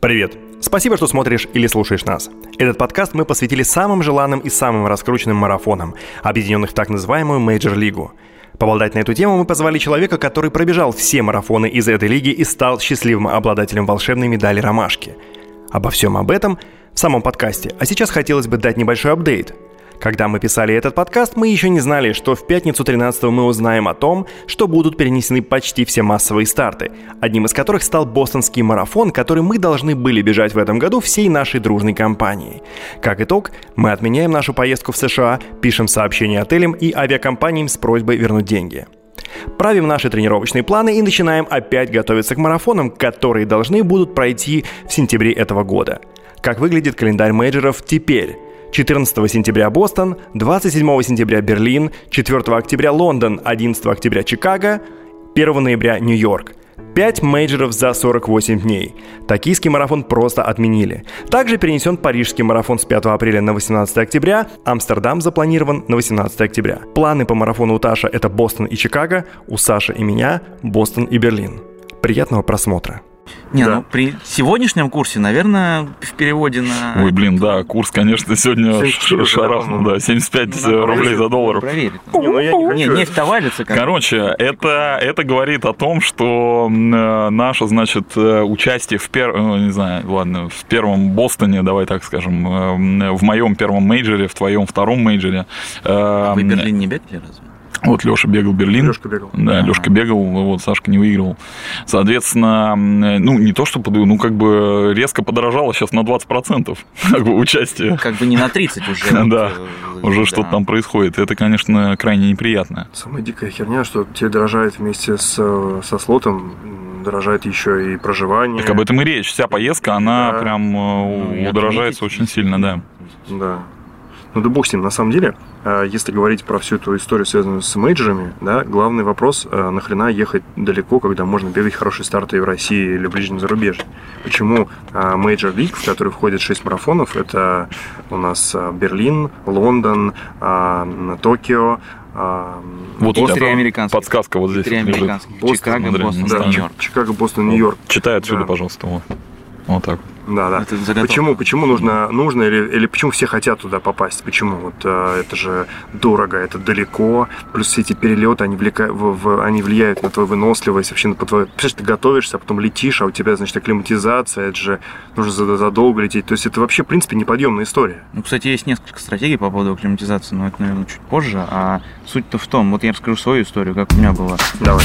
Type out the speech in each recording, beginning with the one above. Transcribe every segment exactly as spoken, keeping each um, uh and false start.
Привет! Спасибо, что смотришь или слушаешь нас. Этот подкаст мы посвятили самым желанным и самым раскрученным марафонам, объединенных в так называемую мейджор-лигу. Поболтать на эту тему мы позвали человека, который пробежал все марафоны из этой лиги и стал счастливым обладателем волшебной медали «Ромашки». Обо всем об этом в самом подкасте. А сейчас хотелось бы дать небольшой апдейт. Когда мы писали этот подкаст, мы еще не знали, что в пятницу тринадцатого мы узнаем о том, что будут перенесены почти все массовые старты, одним из которых стал бостонский марафон, который мы должны были бежать в этом году всей нашей дружной компанией. Как итог, мы отменяем нашу поездку в США, пишем сообщения отелям и авиакомпаниям с просьбой вернуть деньги. Правим наши тренировочные планы и начинаем опять готовиться к марафонам, которые должны будут пройти в сентябре этого года. Как выглядит календарь мейджоров теперь? четырнадцатого сентября Бостон, двадцать седьмого сентября Берлин, четвёртого октября Лондон, одиннадцатого октября Чикаго, первого ноября Нью-Йорк. Пять мейджоров за сорок восемь дней. Токийский марафон просто отменили. Также перенесен парижский марафон с пятого апреля на восемнадцатого октября, Амстердам запланирован на восемнадцатого октября. Планы по марафону у Таша — это Бостон и Чикаго, у Саши и меня — Бостон и Берлин. Приятного просмотра. Не, Да. ну при сегодняшнем курсе, наверное, в переводе на... Ой, блин, да, курс, конечно, сегодня семьдесят четыре, шарахнул, да, семьдесят пять Ну, рублей за доллар. Проверить. Не, ну я не Не, хочу. нефть валится. Как... Короче, это, это говорит о том, что э, наше, значит, э, участие в первом, не знаю, ладно, в первом Бостоне, давай так скажем, э, в моем первом мейджоре, в твоем втором мейджоре. э, А вы в Берлине не бегали разве? Вот Леша бегал Берлин. Лёшка бегал. Да, Ага. Лешка бегал, вот Сашка не выиграл. Соответственно, ну, не то, что, подаю, ну, как бы резко подорожало сейчас на двадцать процентов как бы, участие. Как бы не на тридцать уже. Да, вот, уже да. что-то там происходит. Это, конечно, крайне неприятно. Самая дикая херня, что тебе дорожает вместе с, со слотом, м, дорожает еще и проживание. Так об этом и речь. Вся поездка, она Да. прям Ну, э, и удорожается отметить. очень сильно, да. Да. Ну да бог с ним. На самом деле, э, если говорить про всю эту историю, связанную с мейджорами, да, главный вопрос, э, нахрена ехать далеко, когда можно бегать хорошие старты и в России или в ближнем зарубежье. Почему э, мейджор лиг, в который входит шесть марафонов, это у нас э, Берлин, Лондон, э, Токио, э, Вот у Три тебя американских. подсказка вот здесь Три лежит. американских. Бостон, Чикаго, смотри, Бостон, да. Нью-Йорк. Чикаго, Бостон, Нью-Йорк. Читай отсюда, Да. пожалуйста. Вот, вот так. Да, да. Это заготовка. Почему, почему нужно, нужно или, или почему все хотят туда попасть? Почему? Вот э, это же дорого, это далеко, плюс все эти перелеты, они, влека... в, в- они влияют на твою выносливость, вообще на твою... Представляешь, ты готовишься, а потом летишь, а у тебя, значит, акклиматизация, это же нужно зад- задолго лететь. То есть это вообще, в принципе, неподъемная история. Ну, кстати, есть несколько стратегий по поводу акклиматизации, но это, наверное, чуть позже. А суть-то в том, вот я расскажу свою историю, как у меня было. Давай.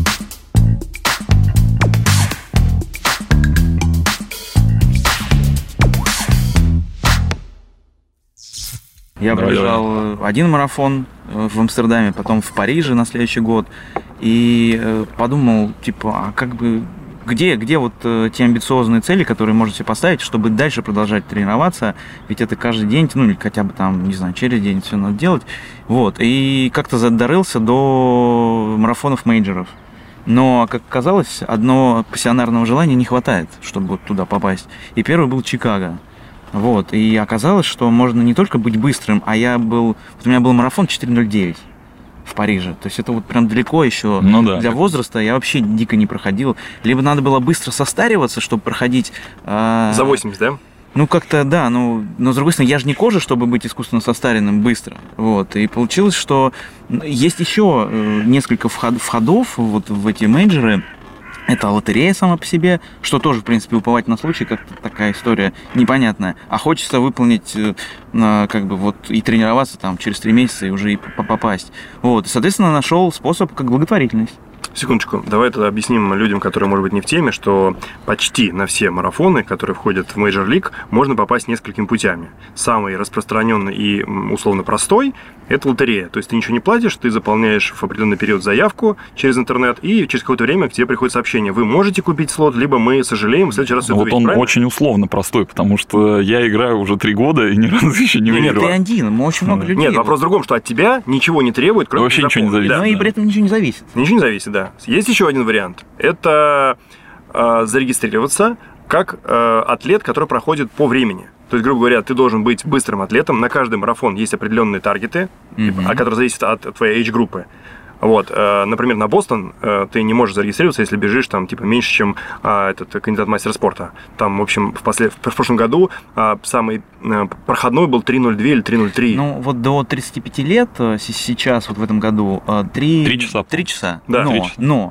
Я Давай, пробежал один марафон э, в Амстердаме, потом в Париже на следующий год. И э, подумал, типа, а как бы, где, где вот э, те амбициозные цели, которые можете поставить, чтобы дальше продолжать тренироваться? Ведь это каждый день, ну, или хотя бы там, не знаю, через день все надо делать. Вот. И как-то задорылся до марафонов мейджоров. Но, как оказалось, одного пассионарного желания не хватает, чтобы вот туда попасть. И первый был Чикаго. Вот, и оказалось, что можно не только быть быстрым, а я был... Вот у меня был марафон четыре ноль девять в Париже. То есть это вот прям далеко еще Ну да. для возраста. Я вообще дико не проходил. Либо надо было быстро состариваться, чтобы проходить... а, За восемьдесят, да? Ну, как-то, да, ну, но, с другой стороны, я же не кожа, чтобы быть искусственно состаренным быстро. Вот, и получилось, что есть еще э, несколько вход- входов вот в эти мейджоры. Это лотерея сама по себе, что тоже, в принципе, уповать на случай, как-то такая история непонятная. А хочется выполнить, э, на, как бы, вот, и тренироваться там через три месяца и уже и п- попасть. Вот, и, соответственно, нашел способ как благотворительность. Секундочку, давай тогда объясним людям, которые, может быть, не в теме, что почти на все марафоны, которые входят в Major League, можно попасть несколькими путями. Самый распространенный и м, условно простой – это лотерея. То есть ты ничего не платишь, ты заполняешь в определенный период заявку через интернет, и через какое-то время к тебе приходит сообщение: вы можете купить слот, либо мы сожалеем, в следующий раз это Вот увидим. он Правильно? очень условно простой, потому что я играю уже три года и ни разу еще не Не, нет, выиграл. Ты один, мы очень много людей. Нет, вопрос в другом, что от тебя ничего не требует, кроме Вообще как ничего не заполнить. зависит. Да. Но и да. при этом ничего не зависит. Ничего не зависит, да. Есть еще один вариант. Это э, зарегистрироваться как э, атлет, который проходит по времени. То есть, грубо говоря, ты должен быть быстрым атлетом. На каждый марафон есть определенные таргеты, Мгм. а которые зависят от твоей эйдж-группы. Вот, например, на Бостон ты не можешь зарегистрироваться, если бежишь там типа меньше, чем этот кандидат мастера спорта. Там, в общем, в, после... в прошлом году самый проходной был три ноль два или три ноль три. Ну, вот до тридцати пяти лет сейчас, вот в этом году, три часа. три часа. Да. Но, три часа. но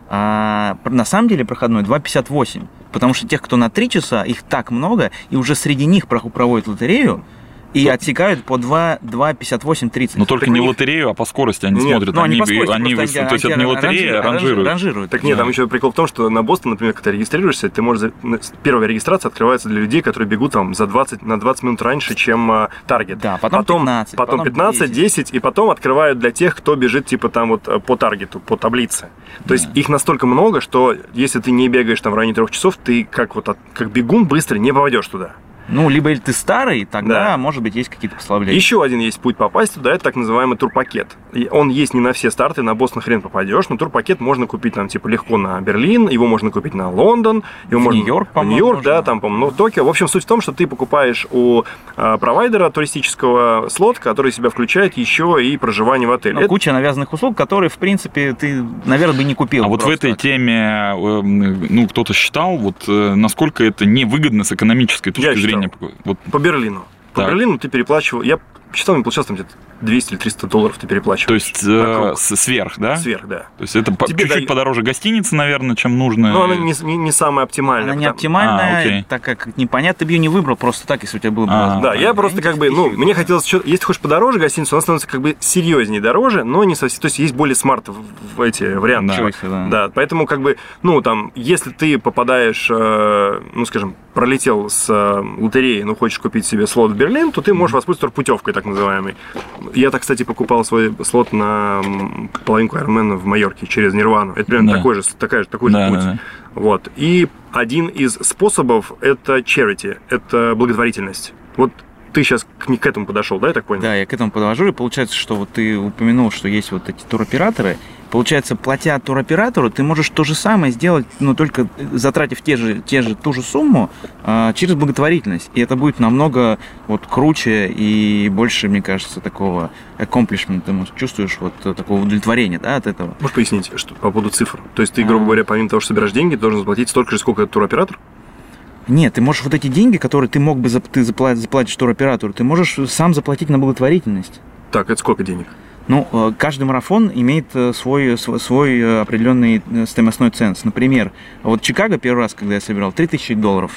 а, на самом деле проходной два пятьдесят восемь. Потому что тех, кто на три часа, их так много, и уже среди них проводят лотерею, и Ну, отсекают по два, два пятьдесят восемь, тридцать. Но только Так не у них- лотерею, а по скорости они Нет, смотрят. Ну, они, они, по скорости, они просто выс- то есть это не лотерея, а ранжируют. ранжируют. Так нет, Да. там еще прикол в том, что на Бостон, например, когда ты регистрируешься, ты можешь... за- Первая регистрация открывается для людей, которые бегут там за двадцать, на двадцать минут раньше, чем таргет. Да, потом пятнадцать, потом потом пятнадцать, десять, и потом открывают для тех, кто бежит типа там вот э, по таргету, по таблице. То есть их настолько много, что если ты не бегаешь там в районе трех часов, ты как вот от- как бегун быстро не попадешь туда. Ну, либо ты старый, тогда, Да. может быть, есть какие-то послабления. Еще один есть путь попасть туда, это так называемый турпакет. И он есть не на все старты, на Бостон хрен попадешь, но турпакет можно купить там типа легко на Берлин, его можно купить на Лондон, его В можно... Нью-Йорк, в по-моему, Нью-Йорк, можно. да, там, по-моему, ну, Токио. В общем, суть в том, что ты покупаешь у э, провайдера туристического слот, который в себя включает еще и проживание в отеле. Ну, Это- куча навязанных услуг, которые, в принципе, ты, наверное, бы не купил. А вот в просто этой так. теме, э, ну, кто-то считал, вот э, насколько это невыгодно с экономической точки Я считал. зрения. Вот, По Берлину. По Так. Берлину ты переплачивал... Я считал, мне получалось там где-то двести или триста долларов ты переплачивал. то есть э, Вокруг. с- сверх, да? Сверх, да. То есть это по- Тебе чуть-чуть дают- подороже гостиницы, наверное, чем нужно. Но она не, не, не самая оптимальная. Она не потому- оптимальная, А, окей. так как непонятно, ты бы ее не выбрал просто так, если у тебя было бы А, возможность. Да, я просто как бы, ну, мне хотелось, чё- если ты хочешь подороже гостиницу, она становится как бы серьезнее дороже, но не совсем, то есть есть более смарт в, в эти варианты. Да. Чойсы, да. Да, поэтому как бы, ну, там, если ты попадаешь, э, ну, скажем, пролетел с э, лотереи, но хочешь купить себе слот в Берлин, то ты можешь воспользоваться путевкой, так называемой. Я так, кстати, покупал свой слот на м, половинку Айронмена в Майорке через Нирвану. Это примерно Да. такой же, такая же, такой же Да, путь. да, да. Вот. И один из способов – это charity, это благотворительность. Вот ты сейчас к, к этому подошел, да, я так понял? Да, я к этому подвожу, и получается, что вот ты упомянул, что есть вот эти туроператоры. Получается, платя туроператору, ты можешь то же самое сделать, но только затратив те же, те же, ту же сумму а, через благотворительность. И это будет намного вот круче и больше, мне кажется, такого accomplishment, ты может, чувствуешь вот такого удовлетворения, да, от этого. Можешь пояснить, что по поводу цифр? То есть ты, грубо А. говоря, помимо того, что собираешь деньги, ты должен заплатить столько же, сколько туроператор? Нет, ты можешь вот эти деньги, которые ты мог бы, зап- ты запла- заплатишь туроператору, ты можешь сам заплатить на благотворительность. Так, это сколько денег? Ну, э, каждый марафон имеет э, свой, свой, свой э, определенный э, стоимостной ценз. Например, вот Чикаго первый раз, когда я собирал, три тысячи долларов.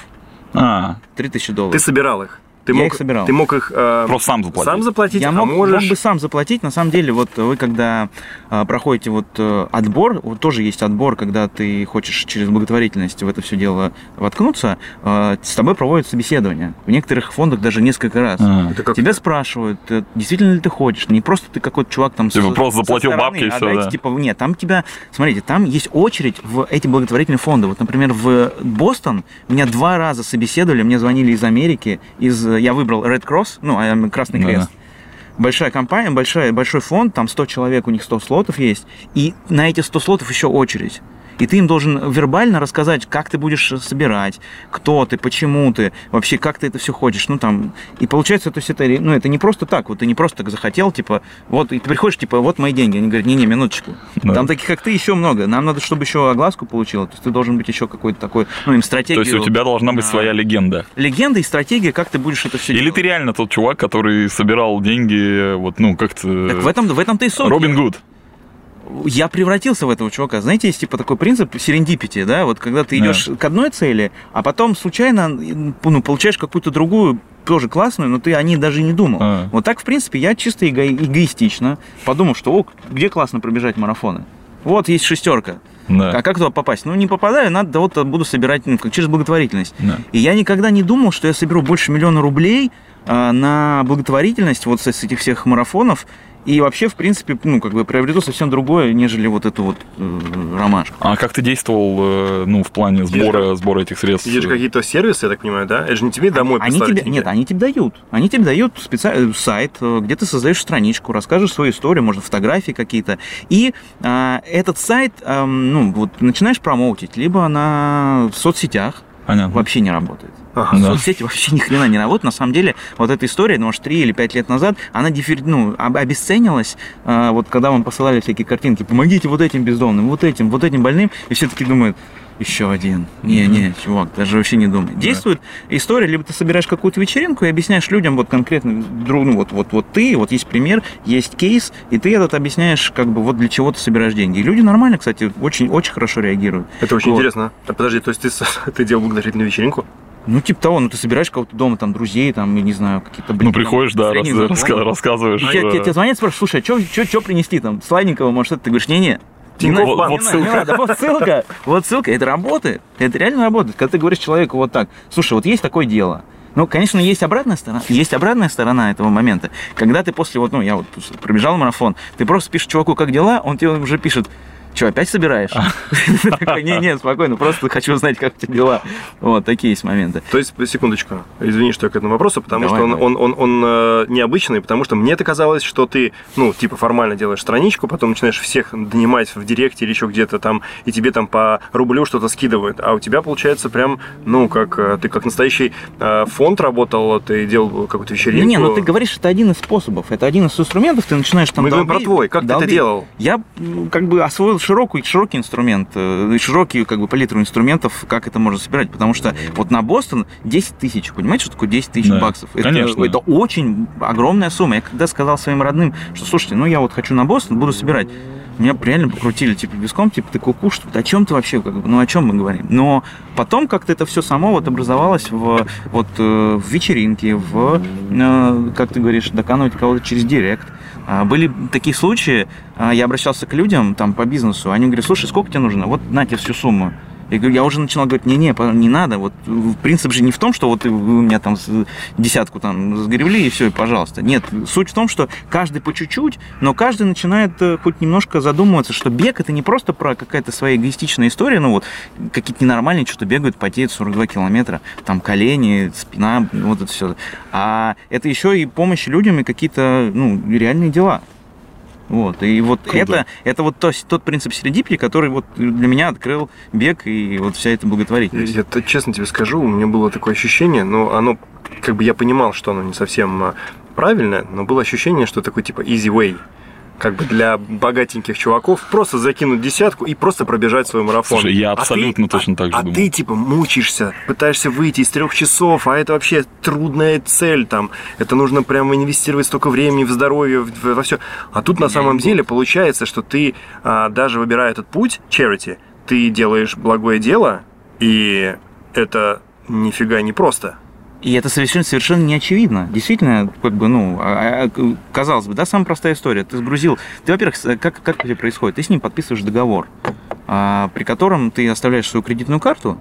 А, три тысячи долларов. Ты собирал их? Ты Я мог, их собирал. Ты мог их э, просто сам заплатить. сам заплатить, Я а мог, можешь... мог бы сам заплатить. На самом деле, вот вы когда э, проходите вот э, отбор, вот тоже есть отбор, когда ты хочешь через благотворительность в это все дело воткнуться, э, с тобой проводят собеседование. В некоторых фондах даже несколько раз. А. Это как- Тебя спрашивают, э, действительно ли ты хочешь. Не просто ты какой-то чувак там... Типа со- просто со заплатил стороны, бабки и а всё, дайте, да. типа, нет, там тебя... Смотрите, там есть очередь в эти благотворительные фонды. Вот, например, в Бостон меня два раза собеседовали, мне звонили из Америки, из... Я выбрал Red Cross, ну, а, Красный Да. Крест. Большая компания, большая, большой фонд, там сто человек, у них сто слотов есть, и на эти сто слотов еще очередь. И ты им должен вербально рассказать, как ты будешь собирать, кто ты, почему ты, вообще, как ты это все хочешь. Ну, там, и получается, то есть это, ну, это не просто так, вот ты не просто так захотел, типа, вот, и ты приходишь, типа, вот мои деньги. Они говорят, не-не, минуточку. Да. Там таких, как ты, еще много. Нам надо, чтобы еще огласку получила. То есть ты должен быть еще какой-то такой, ну, им То стратегию. есть у тебя должна быть Да. своя легенда. Легенда и стратегия, как ты будешь это все Или делать. ты реально тот чувак, который собирал деньги, вот, ну, как-то... Так в этом, в этом-то и суть. Робин Гуд. Я превратился в этого чувака. Знаете, есть типа такой принцип серендипити, да, вот когда ты Да. идешь к одной цели, а потом случайно ну, получаешь какую-то другую, тоже классную, но ты о ней даже и не думал. А. Вот так, в принципе, я чисто эго- эгоистично подумал, что о, где классно пробежать марафоны. Вот есть шестерка. Да. А как туда попасть? Ну, не попадаю, надо, да вот буду собирать ну, как через благотворительность. Да. И я никогда не думал, что я соберу больше миллиона рублей а, на благотворительность вот с, с этих всех марафонов. И вообще, в принципе, ну, как бы приобрету совсем другое, нежели вот эту вот э, ромашку. А как ты действовал, э, ну, в плане сбора, сбора этих средств? Есть же какие-то сервисы, я так понимаю, да? Это же не тебе домой Они прислали тебе, деньги. нет, они тебе дают. Они тебе дают специальный сайт, э, где ты создаешь страничку, расскажешь свою историю, может, фотографии какие-то. И а, этот сайт, а, ну, вот, начинаешь промоутить либо на в соцсетях, Понятно. вообще не работает. Ага. Да. Соцсети вообще ни хрена не работают. На самом деле, вот эта история, ну, может, три или пять лет назад, она диффер... ну, об- обесценилась, а, вот когда вам посылали всякие картинки, помогите вот этим бездомным, вот этим, вот этим больным, и все таки думают, еще один. Не-не, чувак, даже вообще не думай. Действует история, либо ты собираешь какую-то вечеринку и объясняешь людям вот конкретно, друг, ну, вот, вот, вот ты, вот есть пример, есть кейс, и ты этот объясняешь, как бы, вот для чего ты собираешь деньги. И люди нормально, кстати, очень, очень хорошо реагируют. Это очень Вот. интересно. А подожди, то есть ты, с- ты делал благотворительную вечеринку? Ну, типа того, ну, ты собираешь кого-то дома, там, друзей, там, я не знаю, какие-то... Ну, приходишь, да, рас- средних раска- знакомых. рассказываешь. Тебе, э, тебе- тебе звонят, спрашивают, слушай, а что принести там, сладенького, может, это? Ты говоришь, не-не, не Тинькофф надо, банк. не Вот надо, не ссылка. надо, вот ссылка, вот ссылка, это работает, это реально работает. Когда ты говоришь человеку вот так, слушай, вот есть такое дело. Ну, конечно, есть обратная сторона, есть обратная сторона этого момента. Когда ты после, вот, ну, я вот пробежал марафон, ты просто пишешь чуваку, как дела, он тебе уже пишет, что, опять собираешь? Ты такой, не-не, спокойно, просто хочу узнать, как у тебя дела. Вот, такие есть моменты. То есть, секундочку, извини, что я к этому вопросу, потому Давай, что он, давай. он, он, он, э, необычный, потому что мне это казалось, что ты, ну, типа, формально делаешь страничку, потом начинаешь всех донимать в директе или еще где-то там, и тебе там по рублю что-то скидывают, а у тебя получается прям, ну, как, э, ты как настоящий э, фонд работал, ты делал какую-то вечеринку. Не, ну ты говоришь, это один из способов, это один из инструментов, ты начинаешь там Мы говорим про долбить, твой, как ты это долбить. делал? Я м, как бы освоил широкий, широкий инструмент, э, широкий как бы палитру инструментов, как это можно собирать, потому что вот на Бостон десять тысяч, понимаете, что такое десять тысяч Да, баксов? Это, конечно. это очень огромная сумма. Я когда сказал своим родным, что, слушайте, ну я вот хочу на Бостон, буду собирать, меня реально покрутили, типа, виском, типа, ты куку, что о чем ты вообще, как бы, ну, о чем мы говорим? Но потом как-то это все само вот образовалось в, вот, э, в вечеринке, в, э, как ты говоришь, доканывать кого-то через директ. А, Были такие случаи, а, я обращался к людям там по бизнесу, они говорят, слушай, сколько тебе нужно? Вот на тебе всю сумму. Я говорю, я уже начинал говорить, не-не, по- не надо. Вот в- принцип же не в том, что вот вы у меня там с- десятку там сгребли и все, и пожалуйста. Нет, суть в том, что каждый по чуть-чуть, но каждый начинает э, хоть немножко задумываться, что бег это не просто про какая-то своя эгоистичная история, ну вот какие-то ненормальные что-то бегают, потеют сорок два километра, там колени, спина, вот это все. А это еще и помощь людям и какие-то ну, реальные дела. Вот, и вот Круто. это, это вот то, тот принцип середипья, который вот для меня открыл бег и вот вся эта благотворительность. Я, я честно тебе скажу, у меня было такое ощущение, но оно, как бы я понимал, что оно не совсем а, правильное, но было ощущение, что такой типа easy way. Как бы для богатеньких чуваков просто закинуть десятку и просто пробежать свой марафон. Слушай, я А абсолютно ты- точно а- так же а думал. ты типа мучаешься, пытаешься выйти из трех часов, а это вообще трудная цель там. Это нужно прямо инвестировать столько времени в здоровье, в- во все. А тут на самом деле получается, что ты а, даже выбирая этот путь charity, ты делаешь благое дело, и это нифига не просто. И это совершенно, совершенно не очевидно. Действительно, как бы, ну, а- а- казалось бы, да, самая простая история. Ты сгрузил. Ты, во-первых, с- как, как это происходит? Ты с ним подписываешь договор, а, при котором ты оставляешь свою кредитную карту,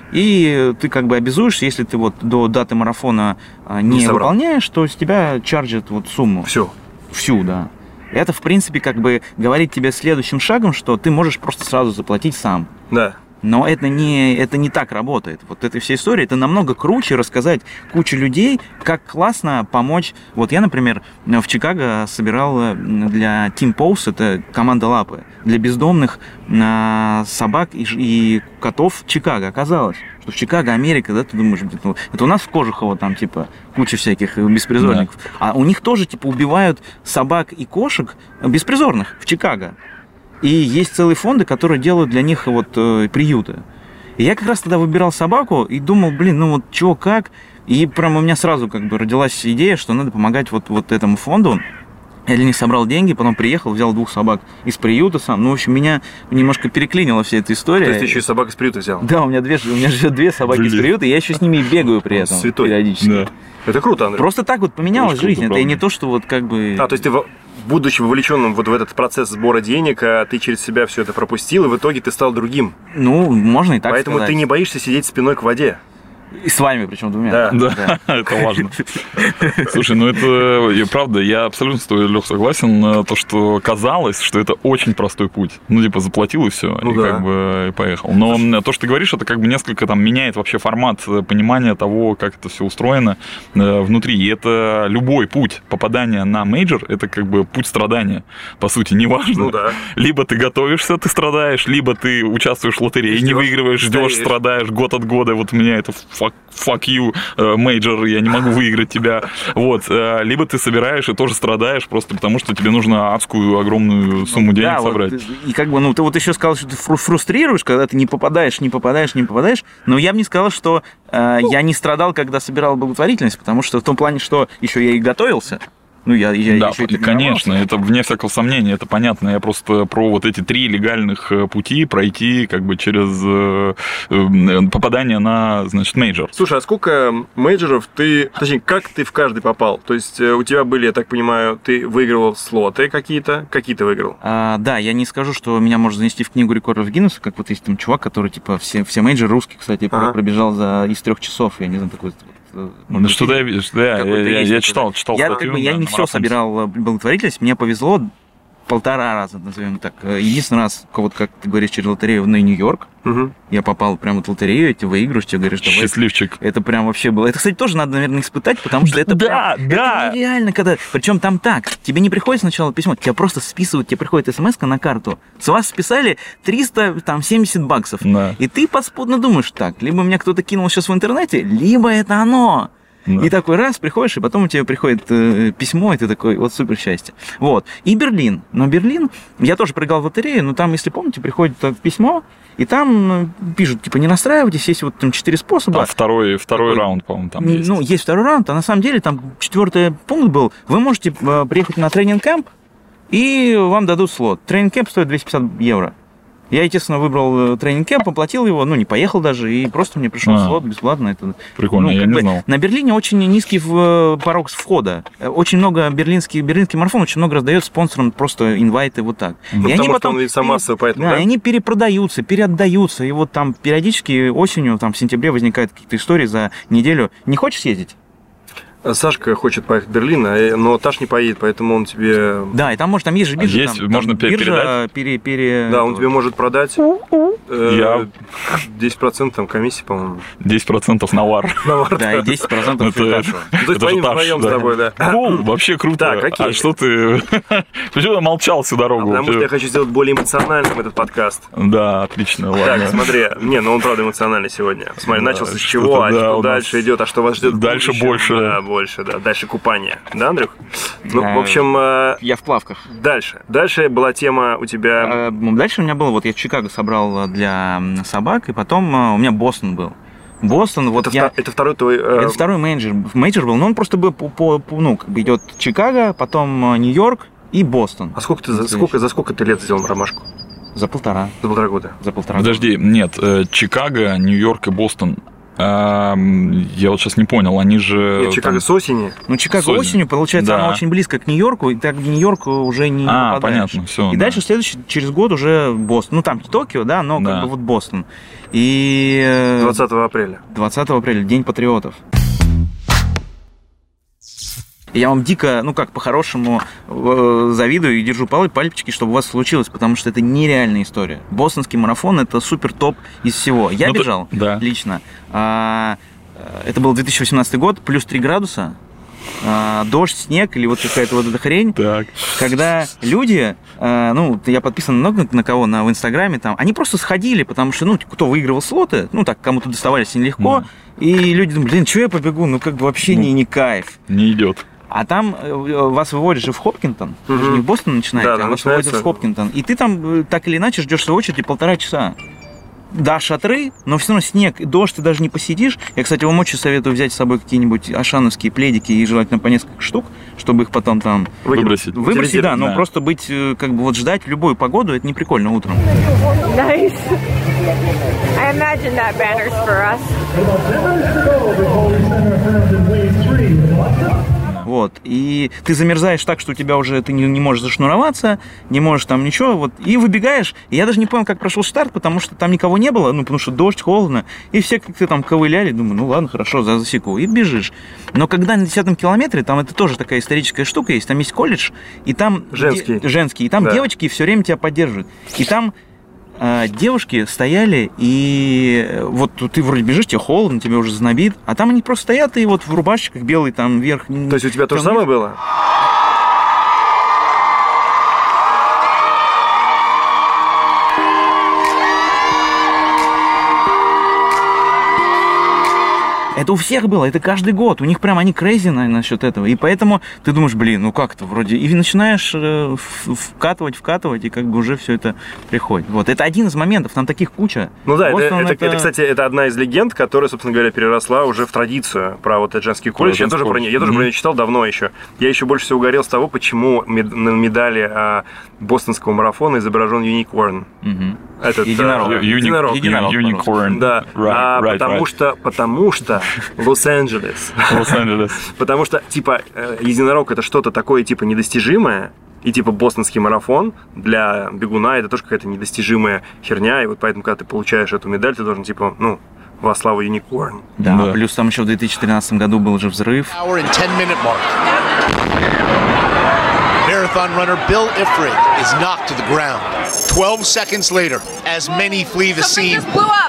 и ты как бы обязуешься, если ты вот до даты марафона а, не, Не собрал. выполняешь, то с тебя чарджат вот сумму. Все. Всю, да. Это, в принципе, как бы говорит тебе следующим шагом, что ты можешь просто сразу заплатить сам. Да. Но это не, это не так работает. Вот эта вся история, это намного круче рассказать куче людей, как классно помочь. Вот я, например, в Чикаго собирал для Team Pose, это команда Лапы, для бездомных а, собак и, ж- и котов Чикаго. Оказалось, что в Чикаго, Америка, да, ты думаешь, блин, ну, это у нас в Кожухово там, типа, куча всяких беспризорников. А у них тоже, типа, убивают собак и кошек беспризорных в Чикаго. И есть целые фонды, которые делают для них вот э, приюты. И я как раз тогда выбирал собаку и думал, блин, ну вот чё, как? И прям у меня сразу как бы родилась идея, что надо помогать вот, вот этому фонду. Я для них собрал деньги, потом приехал, взял двух собак из приюта сам. Ну, в общем, меня немножко переклинила вся эта история. То есть ты еще и собак из приюта взял? Да, у меня, две, у меня живет две собаки из Блин. приюта, и я еще с ними и бегаю при этом Святой. периодически. Да. Это круто, Андрей. Просто так вот поменялась Очень жизнь. круто, Это и не правда. то, что вот как бы... А, то есть ты, во- будучи вовлеченным вот в этот процесс сбора денег, а ты через себя все это пропустил, и в итоге ты стал другим. Ну, можно и так Поэтому сказать. ты не боишься сидеть спиной к воде. И с вами, причем двумя. Да. Да, это важно. Слушай, ну это, я, правда, я абсолютно с тобой, Лёх, согласен, то, что казалось, что это очень простой путь. Ну, типа, заплатил и все, Ну и да. как бы и поехал. Но Слушай. то, что ты говоришь, это как бы несколько там меняет вообще формат понимания того, как это все устроено э, внутри. И это любой путь попадания на мейджор, это как бы путь страдания, по сути, неважно. Ну да. Либо ты готовишься, ты страдаешь, либо ты участвуешь в лотерее, Ждёшь, не выигрываешь, ждешь, стоишь. страдаешь год от года. Вот у меня это fuck, fuck you, мейджор, я не могу выиграть тебя. Вот. э, Либо ты собираешь и тоже страдаешь, просто потому что тебе нужно адскую огромную сумму денег Да, вот, собрать. и как бы, ну, ты вот еще сказал, что ты фру- фрустрируешь, когда ты не попадаешь, не попадаешь, не попадаешь, но я бы не сказал, что э, я не страдал, когда собирал благотворительность, потому что в том плане, что еще я и готовился. Ну, я, я Да, еще и конечно, тренировался. это вне всякого сомнения, это понятно. Я просто про вот эти три легальных э, пути пройти как бы через э, э, попадание на, значит, мейджор. Слушай, а сколько мейджоров ты... Точнее, как ты в каждый попал? То есть э, у тебя были, я так понимаю, ты выигрывал слоты какие-то? Какие ты выиграл? А, да, я не скажу, что меня можно занести в книгу рекордов Гиннесса, как вот есть там чувак, который, типа, все, все мейджоры русские, кстати, Ага. пробежал за из трех часов, я не знаю, такой... Ну, что-то я видел, что- да, я, я- я читал, читал Я, статью, как бы, я да, не на все марафонце. собирал э, благотворительность, мне повезло полтора раза, назовем так. Э, Единственный раз, вот как ты говоришь, через лотерею на Нью-Йорк, Угу. я попал прямо в лотерею, эти выигрыш, тебе говоришь, давай. Счастливчик. Это прям вообще было. Это, кстати, тоже надо, наверное, испытать, потому что это Да, прям- да. это нереально, когда... Причем там так, тебе не приходит сначала письмо, тебя просто списывают, тебе приходит смс-ка на карту. С вас списали триста семьдесят баксов. Да. И ты подспудно думаешь, так, либо меня кто-то кинул сейчас в интернете, либо это оно. Да. И такой раз приходишь, и потом у тебя приходит э, письмо, и ты такой, вот супер счастье. Вот. И Берлин. Но Берлин, я тоже прыгал в лотерею, но там, если помните, приходит так письмо, и там э, пишут, типа, не настраивайтесь, есть вот там четыре способа. Там второй, второй Такой- раунд, по-моему, там Ну, есть. Ну, есть второй раунд, а на самом деле там четвертый пункт был. Вы можете э, приехать на тренинг-кэмп, и вам дадут слот. Тренинг-кэмп стоит двести пятьдесят евро. Я, естественно, выбрал э, тренинг-кэмп, оплатил его, ну, не поехал даже, и просто мне пришел А. слот бесплатно. Это, Прикольно, ну, я как не бы знал. На Берлине очень низкий в- порог входа. Э, Очень много берлинский, берлинский марафон очень много раздает спонсорам просто инвайты вот так. Ну, и потому что он лица пере- массовый, поэтому, да, да? и они перепродаются, переотдаются. И вот там периодически осенью, там в сентябре возникают какие-то истории за неделю. Не хочешь съездить? Сашка хочет поехать в Берлин, а- но Таш не поедет, поэтому он тебе... Да, и там, может, там есть же биржа. Есть, там, можно там пе- биржа, передать? пере, пере... Да, он тебе может продать э, Я- десять процентов там комиссии, по-моему. десять процентов навар. Да, и десять процентов Это- фриташа. Ну, то есть Это же вдвоем Таш, вдвоем с да. тобой, да. Кул, вообще круто. Так, окей. А что ты... Почему ты молчал всю А дорогу? потому что Вообще- я хочу сделать более эмоциональным этот подкаст. Да, отлично, Так, ладно. смотри, не, ну он правда эмоциональный сегодня. Смотри, Да, начался с что-то, чего, а да, что у дальше нас идет, а что вас ждет в дальше будущем? больше. Да, больше, да. Дальше купание. Да, Андрюх? Ну, Да. в общем, э, Я в плавках. дальше. Дальше была тема у тебя... А, Дальше у меня было, вот я Чикаго собрал для м, собак, и потом а, у меня Бостон был. Бостон, вот Это, я... вто- это второй твой... э, Это второй мейджор, мейджор был, но он просто был по, по- по- ну, как бы идет Чикаго, потом а, Нью-Йорк и Бостон. А сколько ты, за, сколько, за сколько ты лет сделал ромашку? За полтора. За полтора года. За полтора. Подожди, нет, э, Чикаго, Нью-Йорк и Бостон. Эм, Я вот сейчас не понял, они же... Нет, Чикаго там- с осени. Ну, Чикаго Сотни. осенью, получается, Да. она очень близко к Нью-Йорку, и так в Нью-Йорк уже не А, попадаешь. понятно, все. И дальше следующий, через год уже Бостон. Ну, там Токио, да, но Да. как бы вот Бостон. И э, двадцатого апреля. двадцатого апреля, День патриотов. И я вам дико, ну как, по-хорошему э, завидую и держу пал- пальчики, чтобы у вас случилось, потому что это нереальная история. Бостонский марафон – это супер топ из всего. Я Ну, ты- бежал да. лично. А, э, это был две тысячи восемнадцатый год, плюс три градуса, а, дождь, снег или вот какая-то вот эта хрень. Так. Когда люди, э, ну, я подписан много на кого на в Инстаграме, там, они просто сходили, потому что, ну, кто выигрывал слоты, ну, так, кому-то доставались нелегко, и люди думают, блин, что я побегу, ну, как бы вообще Ну. не, не кайф. Не идет. А там э, вас выводят же в Хопкинтон, вы же Мгм. не в Бостон начинаете, Да, да, а вас выводят начинается. в Хопкинтон, и ты там э, так или иначе ждешь своей очереди полтора часа. Да, шатры, но все равно снег, дождь, ты даже не посидишь. Я, кстати, вам очень советую взять с собой какие-нибудь ашановские пледики и желательно по несколько штук, чтобы их потом там Выбросить. выбросить, да, но Да. просто быть, э, как бы вот ждать любую погоду, это не прикольно утром. Nice. I imagine that banner's for us. Вот. И ты замерзаешь так, что у тебя уже ты не, не можешь зашнуроваться, не можешь там ничего, вот, и выбегаешь. И я даже не понял, как прошел старт, потому что там никого не было, ну, потому что дождь, холодно, и все как-то там ковыляли, думаю, ну ладно, хорошо, засеку, и бежишь. Но когда на десятом километре, там это тоже такая историческая штука есть, там есть колледж, и там... Женский. Де, женский, и там да. девочки все время тебя поддерживают. И там э, девушки стояли, и вот ты вроде бежишь, тебе холодно, тебе уже знобит, а там они просто стоят, и вот в рубашечках белый там вверх. То есть у тебя то же самое было? Это у всех было, это каждый год. У них прям они крейзи насчет этого. И поэтому ты думаешь, блин, ну как-то вроде. И начинаешь э, вкатывать, вкатывать, и как бы уже все это приходит. Вот. Это один из моментов, там таких куча. Ну да, это, это, это, это, кстати, это одна из легенд, которая, собственно говоря, переросла уже в традицию про вот этот женский колледж. Я тоже про нее, я тоже mm-hmm. про нее читал давно еще. Я еще больше всего угорел с того, почему мед, на медали а, бостонского марафона изображен юникорн. Mm-hmm. Этот, единорог. Uh, единорог. Единорог. Unicorn. Да, right, а, right, потому right. что, потому что Лос-Анджелес. Лос-Анджелес. Потому что, типа, единорог это что-то такое, типа, недостижимое, и, типа, бостонский марафон для бегуна это тоже какая-то недостижимая херня, и вот поэтому, когда ты получаешь эту медаль, ты должен, типа, ну, во славу Юникорн. Да, да, плюс там еще в две тысячи тринадцатом году был же взрыв. Marathon runner Bill Ifrig is knocked to the ground. twelve seconds later, as many flee the scene.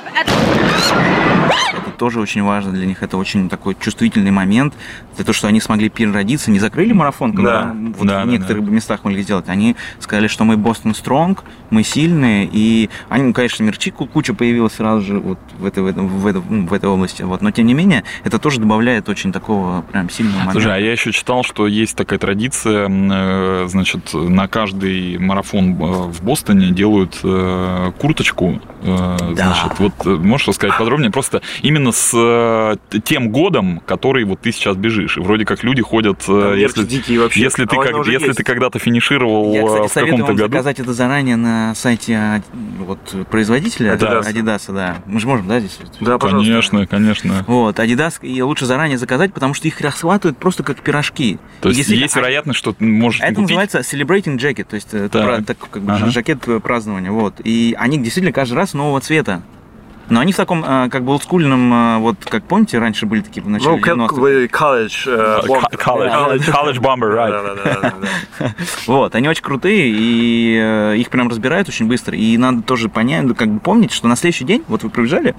Это тоже очень важно для них. Это очень такой чувствительный момент. Это то, что они смогли переродиться, не закрыли марафон, когда да. вот да, в некоторых да. местах могли сделать. Они сказали, что мы Бостон Стронг, мы сильные, и они, ну, конечно, мерчи куча появилась сразу же вот в этой, в, этом, в, этой, в этой области. Вот. Но тем не менее, это тоже добавляет очень такого прям сильного момента. Слушай, а я еще читал, что есть такая традиция, значит, на каждый марафон в Бостоне делают курточку. Да. Значит, вот можешь рассказать подробнее? Просто именно с тем годом, который вот ты сейчас бежишь. И вроде как люди ходят, там если, дикие вообще. если, ты, а как, если ты когда-то финишировал я, кстати, в каком-то вам году. заказать это заранее на сайте вот, производителя Adidas. Adidas, да. Мы же можем, да, здесь? Да, пожалуйста. Конечно, конечно. Вот, Adidas, и лучше заранее заказать, потому что их расхватывают просто как пирожки. То есть Если... есть вероятность, что ты можешь Это не купить? называется celebrating jacket, то есть это Так. так, как бы, Ага. жакет празднования, вот. И они действительно каждый раз нового цвета. Но они в таком, как бы, олдскульном, вот, как помните, раньше были такие в начале Ну, девяностых. колледж. College, college bomber, right. Вот, они очень крутые, и их прям разбирают очень быстро. И надо тоже понять, ну, как бы помнить, что на следующий день, вот вы пробежали,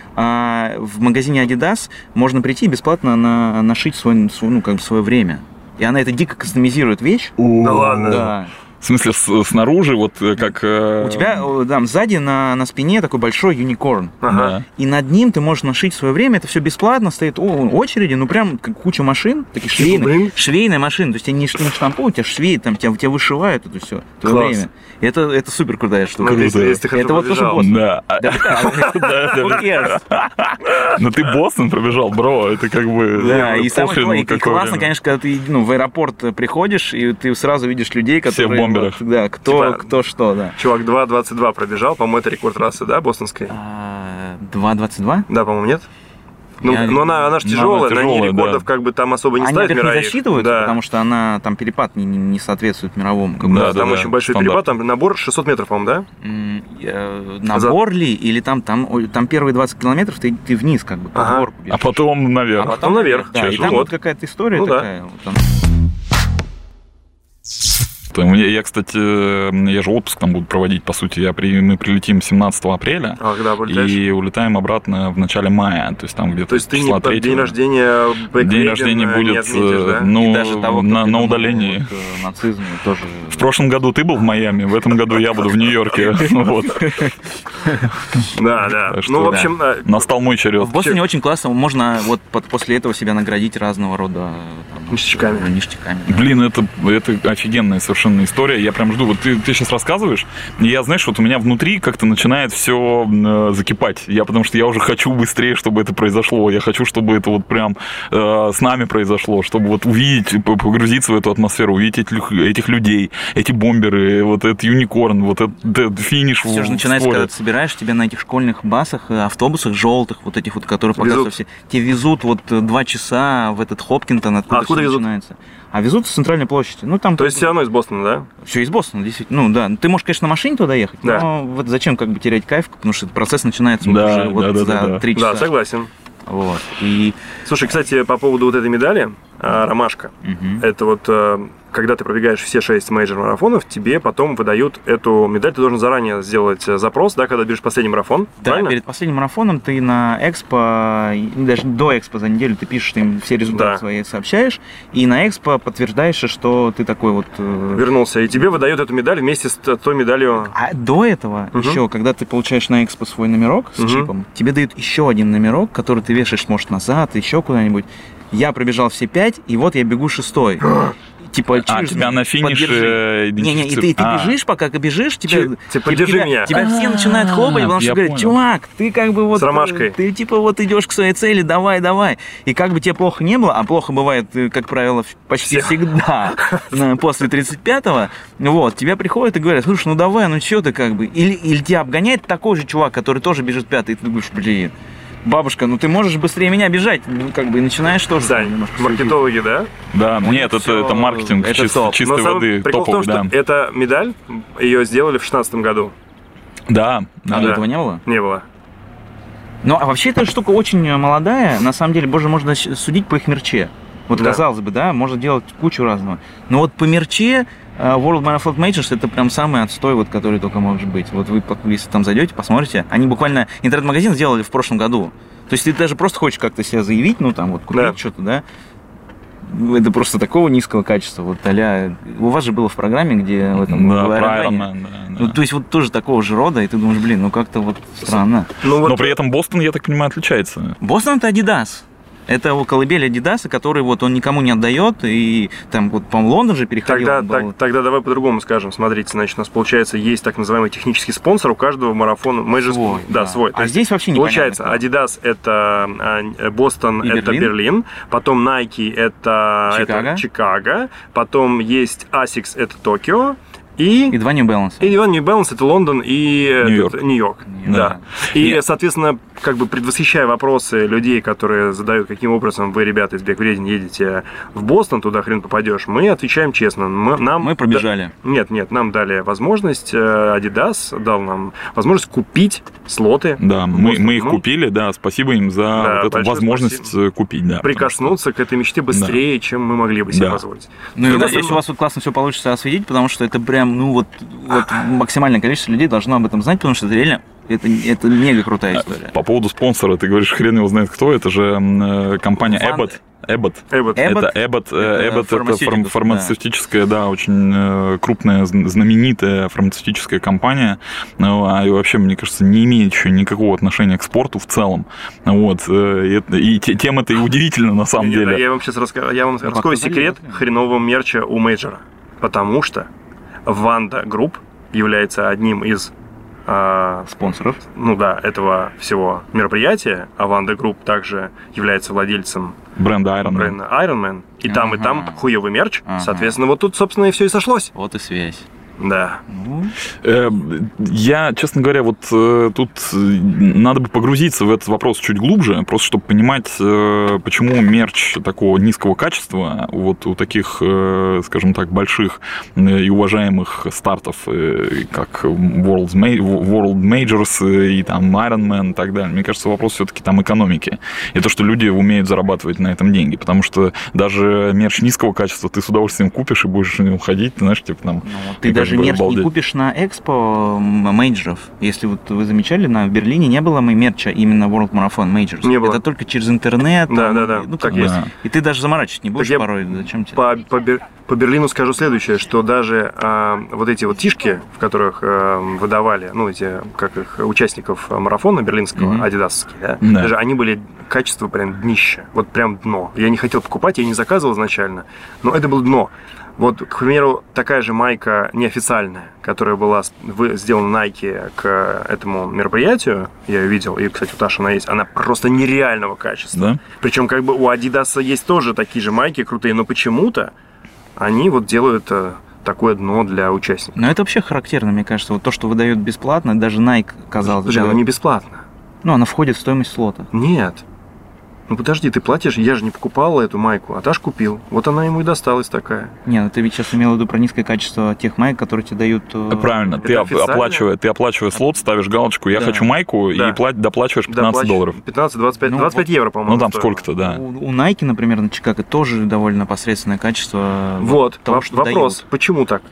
в магазине Adidas можно прийти и бесплатно на, нашить свой, свой, ну, как бы, свое время. И она это дико кастомизирует вещь. Да ладно. Да. В смысле, с- снаружи, вот как... У тебя там сзади на, на спине такой большой юникорн. Ага. И над ним ты можешь нашить свое время. Это все бесплатно, стоит о, очереди, ну прям как куча машин, таких швейных. блин. Швейная машина. То есть они не штампуют, тебя швеи, там тебя, тебя вышивают это все. Класс. Время. И это, это супер крутая штука. Ну, если, если ты Это хорошо вот тоже побежал. Бостон. Да. Да, да. Who cares? Ну ты Бостон пробежал, бро, это как бы... Да, ну, и самое похрен, кла- ну, и какое классно, время. конечно, когда ты ну, в аэропорт приходишь, и ты сразу видишь людей, Все в которые... бомберах. вот, да, кто, Типа- кто что, да. Чувак два двадцать два пробежал, по-моему, это рекорд трассы, да, бостонской? А, два двадцать два? Да, по-моему, нет? Ну, Я- но она, она же Ну, тяжелая, она на ней тяжелая, рекордов да. как бы там особо не Они, ставят во-первых, не мировых. засчитывают, да. потому что она, там перепад не, не- не соответствует мировому. Как бы. Да, Да, там да, очень большой стандарт. перепад, там набор шестьсот метров, по-моему, да? М, э, Набор ли, или там, там, ой, там первые двадцать километров ты, ты вниз, как бы, под Ага. горку А бежишь. потом наверх. А потом наверх. Да, и Чешешь. там Вот. вот какая-то история Ну да. такая. вот там. Там Я, я, кстати, я же отпуск там буду проводить, по сути. Я при, мы прилетим семнадцатого апреля А когда улетаешь? и улетаем обратно в начале мая. То есть там где-то То есть ты не числа под день третьего. рождения Бэк День Рейгана рождения не будет, отметишь, да? э, ну, И даже того, кто на, на придумал удалении. вот, э, нацизм, тоже... В прошлом году ты был в Майами, в этом году я буду в Нью-Йорке. Вот. Да, да. Так что Ну, в да. общем, э, Настал мой черед. В Бостоне очень классно, можно вот под- после этого себя наградить разного рода там, Ништяками. ништяками. да. Блин, это, это офигенная совершенно совершенно история. Я прям жду. Вот ты, ты сейчас рассказываешь, и я, знаешь, вот у меня внутри как-то начинает все э, закипать. Я, потому что я уже хочу быстрее, чтобы это произошло. Я хочу, чтобы это вот прям э, с нами произошло, чтобы вот увидеть, погрузиться в эту атмосферу, увидеть этих, этих людей, эти бомберы, вот этот юникорн, вот этот, этот финиш. Все же начинается, когда ты собираешь, тебя на этих школьных басах, автобусах желтых, вот этих вот, которые показывают все, тебе везут вот два часа в этот Хопкинтон, откуда, а откуда все везут? Начинается. А везут с центральной площади. Ну, там То есть все равно из Бостона, да? Все из Бостона, действительно. Ну да, ты можешь, конечно, на машине туда ехать, да. но вот зачем как бы терять кайф, потому что процесс начинается да, уже да, вот да, за да, три да. часа. Да, согласен. Вот. И... Слушай, кстати, по поводу вот этой медали, ромашка, Угу. это вот когда ты пробегаешь все шесть мейджор-марафонов, тебе потом выдают эту медаль, ты должен заранее сделать запрос, да, когда бежишь последний марафон, Да, правильно? перед последним марафоном ты на Экспо, даже до Экспо за неделю ты пишешь им все результаты Да. свои, сообщаешь, и на Экспо подтверждаешь, что ты такой вот... э, Вернулся, и тебе выдают эту медаль вместе с той медалью. А до этого Мгм. еще, когда ты получаешь на Экспо свой номерок с Мгм. чипом, тебе дают еще один номерок, который ты вешаешь, может, назад, еще куда-нибудь. Я пробежал все пять, и вот я бегу шестой. Типа, А, чиж, тебя на финише поддержи. Не-не, и ты, и ты А. бежишь, пока бежишь, тебя, Чи- типа, поддержи тебя, меня. тебя все начинают хлопать, потому что я говорят, понял. чувак, ты как бы вот... С ромашкой. Ты типа вот идешь к своей цели, давай, давай. И как бы тебе плохо не было, а плохо бывает, э, как правило, почти Всем. всегда э, после тридцать пятого, вот, тебя приходят и говорят, слушай, ну давай, ну что ты как бы... Или, или тебя обгоняет такой же чувак, который тоже бежит пятый, и ты думаешь, блин, бабушка, ну ты можешь быстрее меня бежать, ну как бы и начинаешь тоже... Сань, немножко маркетологи, да? Да, У нет, них это, всё- это маркетинг это чис- топ. чистой Но самый воды, прикол в том, топовый, что да. эта медаль, ее сделали в шестнадцатом году. Да, да, А до Да. этого не было? Не было. Ну, а вообще эта штука очень молодая. На самом деле, боже, можно щ- судить по их мерче. Вот, Да. казалось бы, да, можно делать кучу разного. Но вот по мерче э, World Marathon Majors это прям самый отстой, вот, который только может быть. Вот вы, если там зайдете, посмотрите, они буквально интернет-магазин сделали в прошлом году. То есть ты даже просто хочешь как-то себя заявить, ну, там, вот, купить Да. что-то, да, это просто такого низкого качества. Вот, а-ля... У вас же было в программе, где в этом... да, в про Ironman. Iron Man, да, да. Ну, то есть вот тоже такого же рода, и ты думаешь, блин, ну как-то вот странно. Ну, вот Но при этом Бостон, я так понимаю, отличается. Бостон это Adidas. Это вот колыбель Адидаса, который вот он никому не отдает, и там вот, по-моему, Лондон же переходил. Тогда, он был- так- тогда давай по-другому скажем. Смотрите, значит, у нас получается есть так называемый технический спонсор у каждого марафона. Мы же Свой, да, да. свой. То А есть здесь вообще получается, непонятно Adidas это а, Бостон, И это Берлин. Берлин, потом Nike это Чикаго. это Чикаго, потом есть Asics это Токио. И, И два New Balance. и New Balance это Лондон и Нью-Йорк. этот, Нью-Йорк. Нью-Йорк. Да. И, И- соответственно, как бы предвосхищая вопросы людей, которые задают, каким образом вы, ребята из Бег-Вреден, едете в Бостон, туда хрен попадешь, мы отвечаем честно. Мы, нам Мы пробежали. Да- нет, нет, нам дали возможность, э, Adidas дал нам возможность купить слоты. Да, в мы, Бостон. мы их Ну, купили, да, спасибо им за Да, вот эту большое возможность спасибо. э, купить, да. прикоснуться к этой мечте быстрее, чем мы могли бы себе Да. позволить. Ну и С другой надеюсь, у стороны- вас вот классно все получится осветить, потому что это прям, ну вот, вот максимальное количество людей должно об этом знать, потому что это реально, это, это мега крутая история. По поводу спонсора, ты говоришь, хрен его знает кто, это же м, э, компания Ван- Abbott. Abbott. Abbott. Abbott? Это Abbott, э, Это Abbott это фарм- фармацевтика, фармацевтическая, да, очень э, крупная, зн- знаменитая фармацевтическая компания, ну, а и вообще, мне кажется, не имеющая никакого отношения к спорту в целом. Вот. э, И, это- и те- тем это и удивительно на самом Нет, деле. Я вам сейчас раска... я вам раскрою показали, секрет да? хренового мерча у мейджора. Потому что Ванда Групп является одним из а, Спонсоров. ну да, этого всего мероприятия, а Ванда Групп также является владельцем Бренд Iron Man. бренда Iron Man. И там, и там Ага. хуёвый мерч. Ага. Соответственно, вот тут, собственно, и все и сошлось. Вот и связь. Да. Ну, Э, Я, честно говоря, вот э, тут э, надо бы погрузиться в этот вопрос чуть глубже, просто чтобы понимать, э, почему мерч такого низкого качества вот у таких, э, скажем так, больших э, и уважаемых стартов, э, как World, Ma- World Majors э, и там Iron Man и так далее. Мне кажется, вопрос все-таки там экономики. И то, что люди умеют зарабатывать на этом деньги. Потому что даже мерч низкого качества ты с удовольствием купишь и будешь в нем ходить, знаешь, типа там... ну, вот ты и как даже бы мерч не обалдеть. купишь на Экспо м, мейджоров. Если вот вы замечали, на в Берлине не было мерча именно World Marathon Majors. Не было. Это только через интернет. Да, там, да, да, Ну, так как бы, есть. И ты даже заморачивать не будешь я порой. Зачем тебе? По, по, Бер- по Берлину скажу следующее, что даже а, вот эти вот тишки, в которых а, выдавали, ну, эти, как их, участников марафона берлинского, Мгм. адидасовские, да, Да. даже они были качество прям днище, вот прям дно. Я не хотел покупать, я не заказывал изначально, но это было дно. Вот, к примеру, такая же майка неофициальная, которая была сделана Nike к этому мероприятию, я ее видел, и, кстати, у Таши она есть, она просто нереального качества. Да? Причем как бы у Adidas есть тоже такие же майки крутые, но почему-то они вот делают такое дно для участников. Но это вообще характерно, мне кажется. Вот то, что выдают бесплатно, даже Nike, казалось бы. Слушай, ну не бесплатно. Ну, она входит в стоимость слота. Нет. Ну подожди, ты платишь, я же не покупал эту майку, а Таш купил. Вот она ему и досталась такая. Не, ну ты ведь сейчас имел в виду про низкое качество тех майк, которые тебе дают... Правильно, ты, оплачивая, ты оплачивая слот, ставишь галочку, я да. хочу майку, да. и плат, доплачиваешь пятнадцать Доплач... долларов. пятнадцать, двадцать пять, ну, двадцать пять вот, евро, по-моему. Ну там сколько-то, да. У, у Nike, например, на Чикаго тоже довольно посредственное качество. Вот, того, что вопрос, дают. Почему так?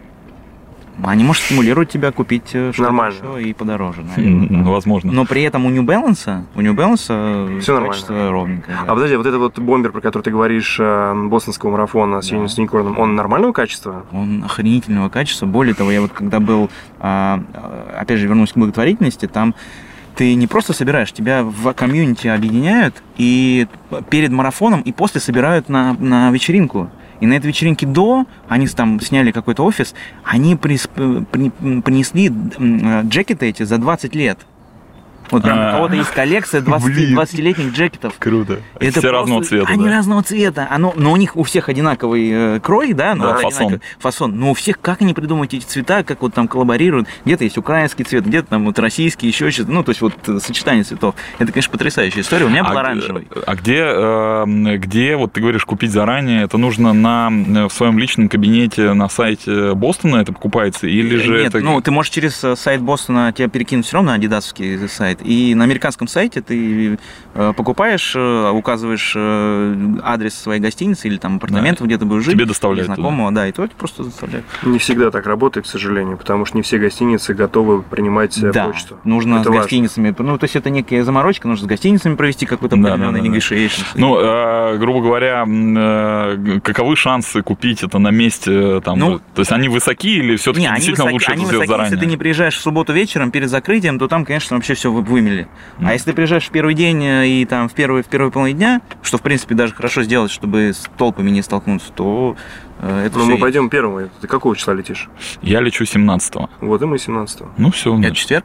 Они, может, стимулируют тебя купить что-то нормально. Еще и подороже, наверное. Возможно. Но при этом у New Balance, у New Balance все качество нормально. Ровненькое. Да. А подожди, вот этот вот бомбер, про который ты говоришь, бостонского марафона с Юнион Сникорном, он нормального качества? Он охренительного качества. Более того, я вот когда был, опять же, вернусь к благотворительности, там ты не просто собираешь, тебя в комьюнити объединяют и перед марафоном, и после собирают на, на вечеринку. И на этой вечеринке до, они там сняли какой-то офис, они прис, при, принесли джекеты эти за двадцать лет. Вот прям у кого-то есть коллекция двадцатилетних джекетов. Круто. Это все разного цвета. Они да? разного цвета. Оно, но у них у всех одинаковый э, крой, да? да вот фасон. Фасон. Но у всех, как они придумывают эти цвета, как вот там коллаборируют. Где-то есть украинский цвет, где-то там вот российский, еще что-то. Ну, то есть вот сочетание цветов. Это, конечно, потрясающая история. У меня был а, оранжевый. А где, э, где, вот ты говоришь, купить заранее? Это нужно на, в своем личном кабинете на сайте Бостона это покупается? Или же Нет, это... ну, ты можешь через сайт Бостона, тебя перекинуть все равно на адидасовский сайт. И на американском сайте ты покупаешь, указываешь адрес своей гостиницы или там апартамента, да. где ты будешь жить. Тебе доставляют. Знакомого, да, и то просто доставляют. Не всегда так работает, к сожалению, потому что не все гостиницы готовы принимать да, почту. Нужно это с гостиницами. Важно. Ну, то есть это некая заморочка, нужно с гостиницами провести какой-то да, определенный да, да, negotiation. Ну, э, грубо говоря, э, каковы шансы купить это на месте? Там, ну, то есть они высоки или все-таки не, действительно высоки, лучше они это сделать высоки, заранее? Если ты не приезжаешь в субботу вечером перед закрытием, то там, конечно, вообще все вымели. Mm. А если ты приезжаешь в первый день и там в первый, в первый половине дня, что, в принципе, даже хорошо сделать, чтобы с толпами не столкнуться, то э, это Ну, все мы есть. пойдем первым. Ты какого числа летишь? Я лечу семнадцатого. Вот и мы семнадцатого. Ну, все. Это четверг?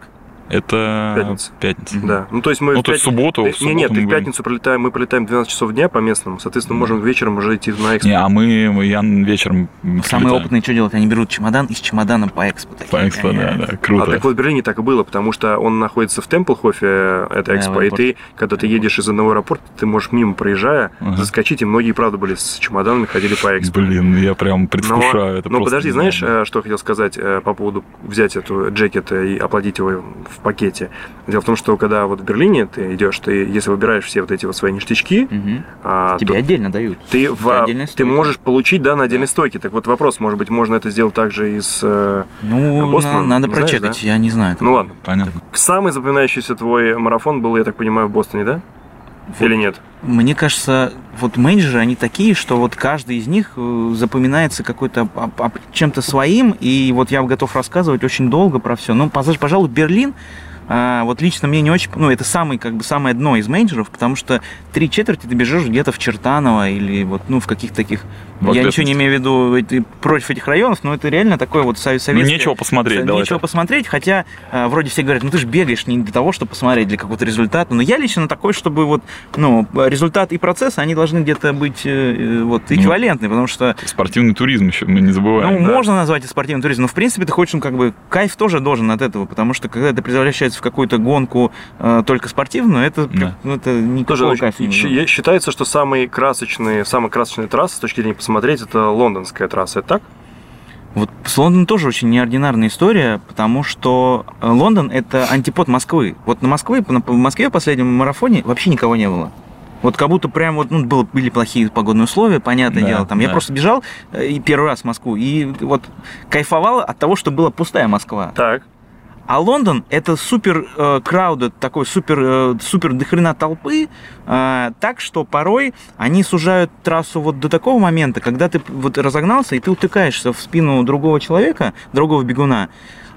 Это пятница. Пятница. Да. Ну, то есть мы ну, в то есть в субботу, в субботу Нет, нет, ты в будем... пятницу пролетаем, мы пролетаем в двенадцать часов дня по местному, соответственно, можем вечером уже идти на экспо. Не, а мы, я вечером Самые прилетаю. опытные что делают? Они берут чемодан и с чемоданом по экспо. Такие, по экспо, да, да, круто. А так вот в Берлине так и было, потому что он находится в Темплхофе, это экспо, да, и ты, когда ты едешь из одного аэропорта, ты можешь мимо проезжая, ага. заскочить, и многие, правда, были с чемоданами, ходили по экспо. Блин, я прям предвкушаю. Но, это но просто подожди, нереально. знаешь, что я хотел сказать по поводу взять эту джекет и оплатить его в пакете? Дело в том, что когда вот в Берлине ты идешь, ты, если выбираешь все вот эти вот свои ништячки, угу. а, тебе отдельно дают. Ты, в, ты можешь получить, да, на отдельной да. стойке. Так вот вопрос, может быть, можно это сделать также и с Ну, Бостоном? надо не прочекать, знаешь, да? я не знаю. Ну ладно. Понятно. Самый запоминающийся твой марафон был, я так понимаю, в Бостоне, да? Вот. Или нет? Мне кажется, вот менеджеры, они такие, что вот каждый из них запоминается какой-то чем-то своим, и вот я готов рассказывать очень долго про все. Ну, пожалуй, Берлин, а, вот лично мне не очень... Ну, это самый, как бы, самое дно из менеджеров, потому что три четверти ты бежишь где-то в Чертаново или вот, ну, в каких-то таких... Вот я ничего не имею в виду против этих районов, но это реально такое вот советское... Ну, нечего посмотреть, да, Нечего это. посмотреть, хотя а, вроде все говорят, ну, ты же бегаешь не для того, чтобы посмотреть для какого-то результата, но я лично такой, чтобы вот, ну, результат и процесс, они должны где-то быть э, вот эквивалентны, ну, потому что... Спортивный туризм еще, мы не забываем. Ну, да. можно назвать и спортивный туризм, но, в принципе, ты хочешь, ну, как бы, кайф тоже должен от этого, потому что, когда ты превращаешься в какую-то гонку э, только спортивную, это, да. ну, это никакого кайфа не нужно. Считается, что самый красочный, самая красочная трасса с точки зрения посмотреть, это лондонская трасса, это так? Вот с Лондоном тоже очень неординарная история, потому что Лондон – это антипод Москвы. Вот на Москве, на, в Москве в последнем марафоне вообще никого не было. Вот как будто прям вот, ну, было, были плохие погодные условия, понятное да, дело. Там, да. Я просто бежал и первый раз в Москву, и вот кайфовал от того, что была пустая Москва. Так. А Лондон – это супер э, краудед, такой супер, э, супер дохрена толпы, э, так что порой они сужают трассу вот до такого момента, когда ты вот разогнался, и ты утыкаешься в спину другого человека, другого бегуна,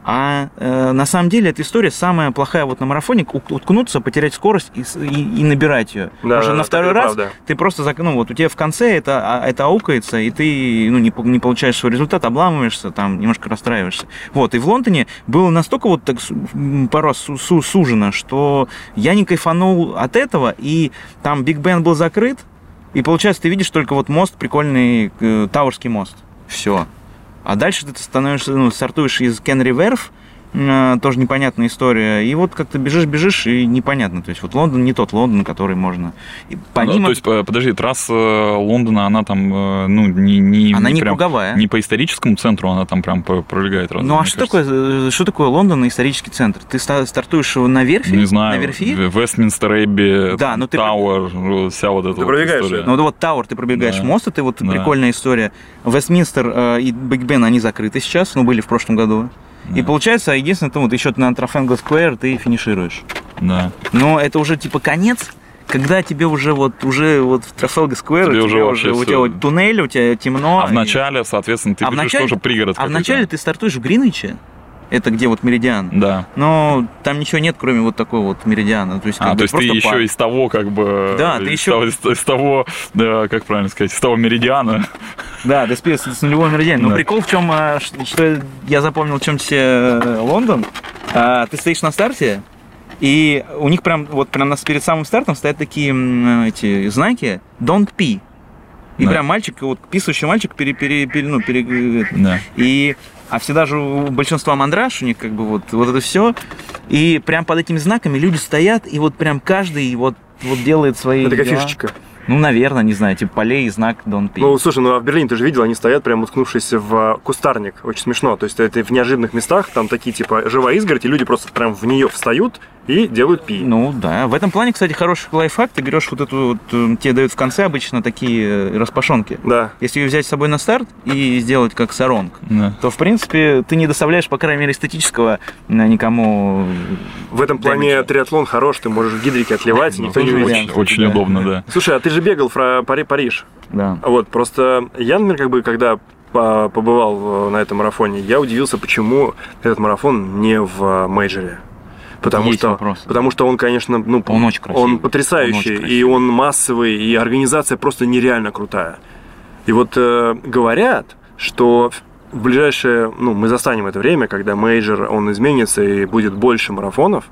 А э, на самом деле эта история самая плохая вот на марафоне, уткнуться, потерять скорость и, и, и набирать ее. Да, Потому что да, на второй раз правда. ты просто, ну вот у тебя в конце это, это аукается, и ты ну, не, не получаешь свой результат, обламываешься, там немножко расстраиваешься. Вот, и в Лондоне было настолько вот так пару раз су- сужено, что я не кайфанул от этого, и там Биг Бен был закрыт, и получается, ты видишь только вот мост, прикольный э, Тауэрский мост. Все. А дальше ты становишься, ну, стартуешь из Кенри Верф, э, тоже непонятная история, и вот как-то бежишь-бежишь, и непонятно. То есть вот Лондон не тот Лондон, который можно... И помимо... Ну, то есть, подожди, трасса Лондона, она там, ну, не... не она не прям, круговая. Не по историческому центру, она там прям пролегает. Разве, ну, а мне что кажется. такое, что такое Лондон и исторический центр? Ты стартуешь на верфи? Не знаю, на верфи? Вестминстер Эбби, да, ну, ты... Тауэр, вся вот эта ты вот пробегаешь, история. Ну, вот Тауэр, ты пробегаешь Да. мост, это вот Да. прикольная история. Вестминстер э, и Биг Бен, они закрыты сейчас, ну, были в прошлом году. Да. И получается, единственное, ты вот еще на Трафалгар Сквер ты финишируешь. Да. Но это уже типа конец, когда тебе уже вот уже вот в Трафалгар Сквер, Тебе тебе уже вообще у всё. тебя вот туннель, у тебя темно. А в и- начале, соответственно, ты А в бежишь начале- тоже пригород А какой-то. вначале ты стартуешь в Гринвиче, это где вот Меридиан. Да. Но там ничего нет, кроме вот такого вот Меридиана. То есть, как А, бы то есть ты просто еще парк. из того, как бы... Да, ты из еще- того- Из, из того, да, как правильно сказать, из того меридиана. Да, ты спец с нулевой меридиан. Но Да. прикол в чем, что я запомнил, в чем тебе Лондон. А, Ты стоишь на старте, и у них прям вот прям нас перед самым стартом стоят такие м, эти знаки «Don't pee». И Да. прям мальчик, вот писающий мальчик, пере, пере, пере- ну, пере- это. Да. И, а всегда же у большинства мандраж, у них как бы вот, вот это все. И прям под этими знаками люди стоят, и вот прям каждый вот, вот делает свои Это как дела. фишечка. Ну, наверное, не знаю, типа полей и знак Don't pee. Ну, слушай, ну а в Берлине ты же видел, они стоят прям уткнувшись в кустарник. Очень смешно. То есть это в неожиданных местах, там такие типа живая изгородь, и люди просто прям в нее встают и делают пи. Ну да, в этом плане, кстати, хороший лайфхак. Ты берешь вот эту вот, э, тебе дают в конце обычно такие э, распашонки. Да. Если ее взять с собой на старт и сделать как саронг, Да. то, в принципе, ты не доставляешь, по крайней мере, эстетического э, никому... В этом плане Дэмэджа. триатлон хорош, ты можешь в гидрике отливать, и никто не тоже увидит. вариант. Очень Да. удобно, да. Слушай, а ты же бегал в Пари- Париж. Да. Вот, просто я, например, как бы, когда по- побывал в- на этом марафоне, я удивился, почему этот марафон не в мейджоре. Потому Есть что, вопросы. потому что он, конечно, ну, Он очень красивый. он потрясающий, Он очень и красивый. он массовый, и организация просто нереально крутая. И вот э, говорят, что в ближайшее, ну, мы застанем это время, когда мейджор, он изменится и будет больше марафонов.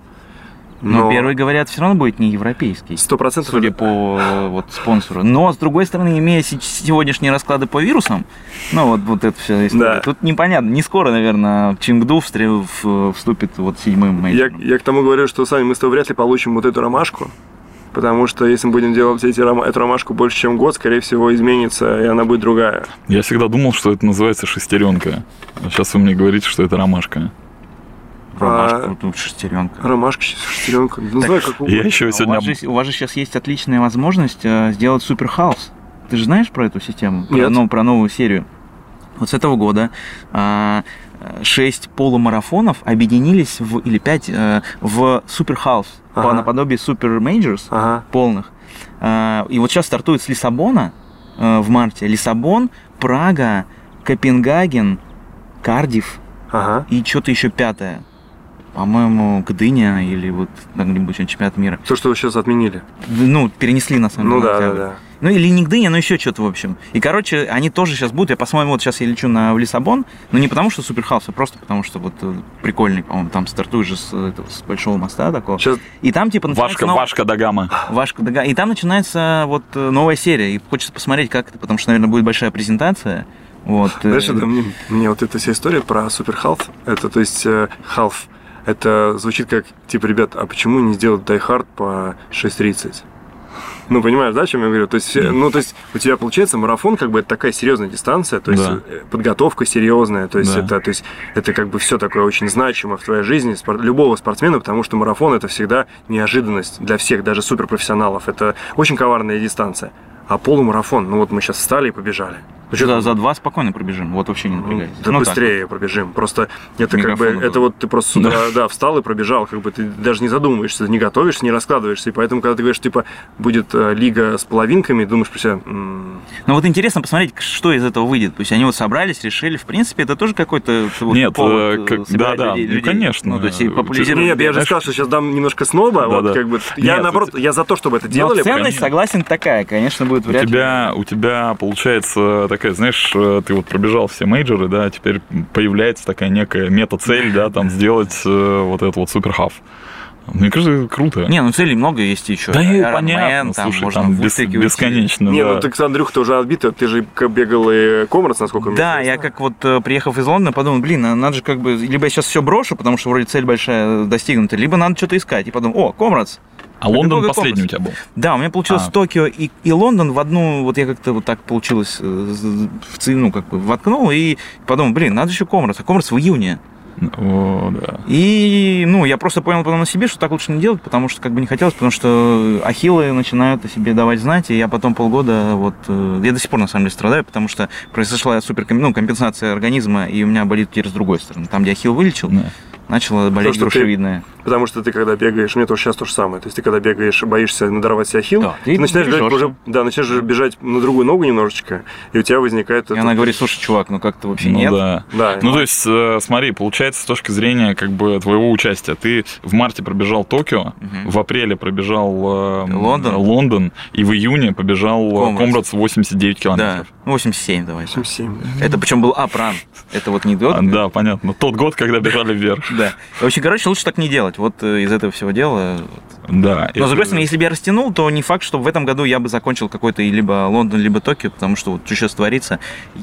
Но, первый, говорят, все равно будет не европейский. Сто процентов. Судя по э, вот, спонсору. Но, с другой стороны, имея се- сегодняшние расклады по вирусам, ну, вот, вот это вся история, Да. тут непонятно. Не скоро, наверное, Чингду встр- в- вступит вот седьмым Я, мейджором. я к тому говорю, что сами мы с тобой вряд ли получим вот эту ромашку, потому что если мы будем делать эти, рома- эту ромашку больше, чем год, скорее всего, изменится, и она будет другая. Я всегда думал, что это называется шестеренка. А сейчас вы мне говорите, что это ромашка. Ромашка, а- вот тут шестеренка. Ромашка, шестеренка, не знаю, как у... Я еще А у, сегодня... вас же, у вас же сейчас есть отличная возможность э, сделать супер хаус. Ты же знаешь про эту систему? Про, Нет. ну, про новую серию. Вот с этого года а, шесть полумарафонов объединились в, или пять э, в супер хаус Ага. по наподобие супер мейджорс Ага. полных. А, и вот сейчас стартует с Лиссабона э, в марте. Лиссабон, Прага, Копенгаген, Кардифф Ага. и что-то еще пятое. По-моему, Гдыня или вот где-нибудь чемпионат мира. То, что вы сейчас отменили. Ну, перенесли на самом Ну деле. да, на да, октябрь. да. Ну, или не Гдыня, но еще что-то, в общем. И, короче, они тоже сейчас будут. Я посмотрю, вот сейчас я лечу на, в Лиссабон, но не потому, что суперхаус, а просто потому, что вот э, прикольный, по-моему, там стартуешь же с, этого, с большого моста такого. Сейчас И там, типа, начинается Вашка, нов- Вашка да Гама. Вашка да Га- И там начинается вот э, новая серия. И хочется посмотреть, как это, потому что, наверное, будет большая презентация. Вот. э, Знаешь, да, мне, мне вот эта вся история про супер халф, это, то есть, э, халф, это звучит как, типа, ребят, а почему не сделать Die Hard по шесть тридцать? Ну, понимаешь, да, о чем я говорю? То есть, э, ну, то есть, у тебя получается марафон, как бы, это такая серьезная дистанция, то есть, Да. э, подготовка серьезная, то есть, Да. это, то есть, это как бы все такое очень значимо в твоей жизни спор- любого спортсмена, потому что марафон это всегда неожиданность для всех, даже суперпрофессионалов. Это очень коварная дистанция. А полумарафон, ну вот мы сейчас встали и побежали. За, за два спокойно пробежим, вот вообще не напрягайся. Да ну, быстрее так. пробежим. Просто это Микрофон как бы, был. это вот ты просто с утра, да, встал и пробежал, как бы ты даже не задумываешься, не готовишься, не раскладываешься. И поэтому, когда ты говоришь, типа, будет э, лига с половинками, думаешь про себя... М-м. Ну вот интересно посмотреть, что из этого выйдет. То есть они вот собрались, решили, в принципе, это тоже какой-то вот, Нет, повод э, как- собирать да, да, людей, ну, людей. конечно. Ну, то есть и популяризировать. Нет, я же знаешь, сказал, что сейчас дам немножко сноба, Да, вот да. как бы... Я, Нет, наоборот, у я за то, чтобы это Но делали. ценность, конечно. согласен, такая, конечно, будет У вряд ли. тебя, у тебя получается такая, знаешь, э, ты вот пробежал все мейджоры, да, теперь появляется такая некая мета-цель, да, там сделать э, вот этот вот суперхав. Мне кажется, это круто. Не, ну целей много есть еще. Да и Iron понятно, Man, там слушай, можно там в бес- выстреле уйти. бесконечно, Не, да. ну ты, Андрюх, ты уже отбитый, ты же как бегал и Комрадс, насколько мне Да, я известно. как вот э, приехав из Лондона, подумал, блин, а надо же как бы, либо я сейчас все брошу, потому что вроде цель большая достигнута, либо надо что-то искать. И подумал, о, Комрадс. А Лондон Какой последний у конкурс? тебя был? Да, у меня получилось А. Токио и, и Лондон в одну, вот я как-то вот так получилось, э, в ц- ну, как бы воткнул, и подумал, блин, надо еще Комрадс, а Комрадс в июне. О, да. И, ну, я просто понял потом на себе, что так лучше не делать, потому что как бы не хотелось, потому что ахиллы начинают о себе давать знать, и я потом полгода вот... э, Я до сих пор, на самом деле, страдаю, потому что произошла супер ну, компенсация организма, и у меня болит теперь с другой стороны. Там, где ахилл вылечил, Да. начала болеть что ты- грушевидная. Потому что ты, когда бегаешь, мне тоже сейчас то же самое. То есть ты, когда бегаешь, боишься надорвать себе ахилл, Да, ты, ты начинаешь бежать бережёшься. уже, да, начинаешь бежать на другую ногу немножечко, и у тебя возникает... И это- она говорит, слушай, чувак, ну как-то вообще Ну нет. да. Да, Ну, то есть, э, смотри, получается, с точки зрения как бы твоего участия, ты в марте пробежал Токио, Мгм. в апреле пробежал э, Лондон. Лондон, и в июне побежал Комрадс. Комрадс восемьдесят девять Да, километров. ну, восемьдесят семь давай. так. семь, да. Это причем был апран. Это вот не год. А, да, понятно. Тот год, когда бежали вверх. Да. В общем, короче, лучше так не делать. Вот э, из этого всего дела. Да. Но, с другой стороны, если бы я растянул, то не факт, что в этом году я бы закончил какой-то и либо Лондон, либо Токио, потому что вот что сейчас творится,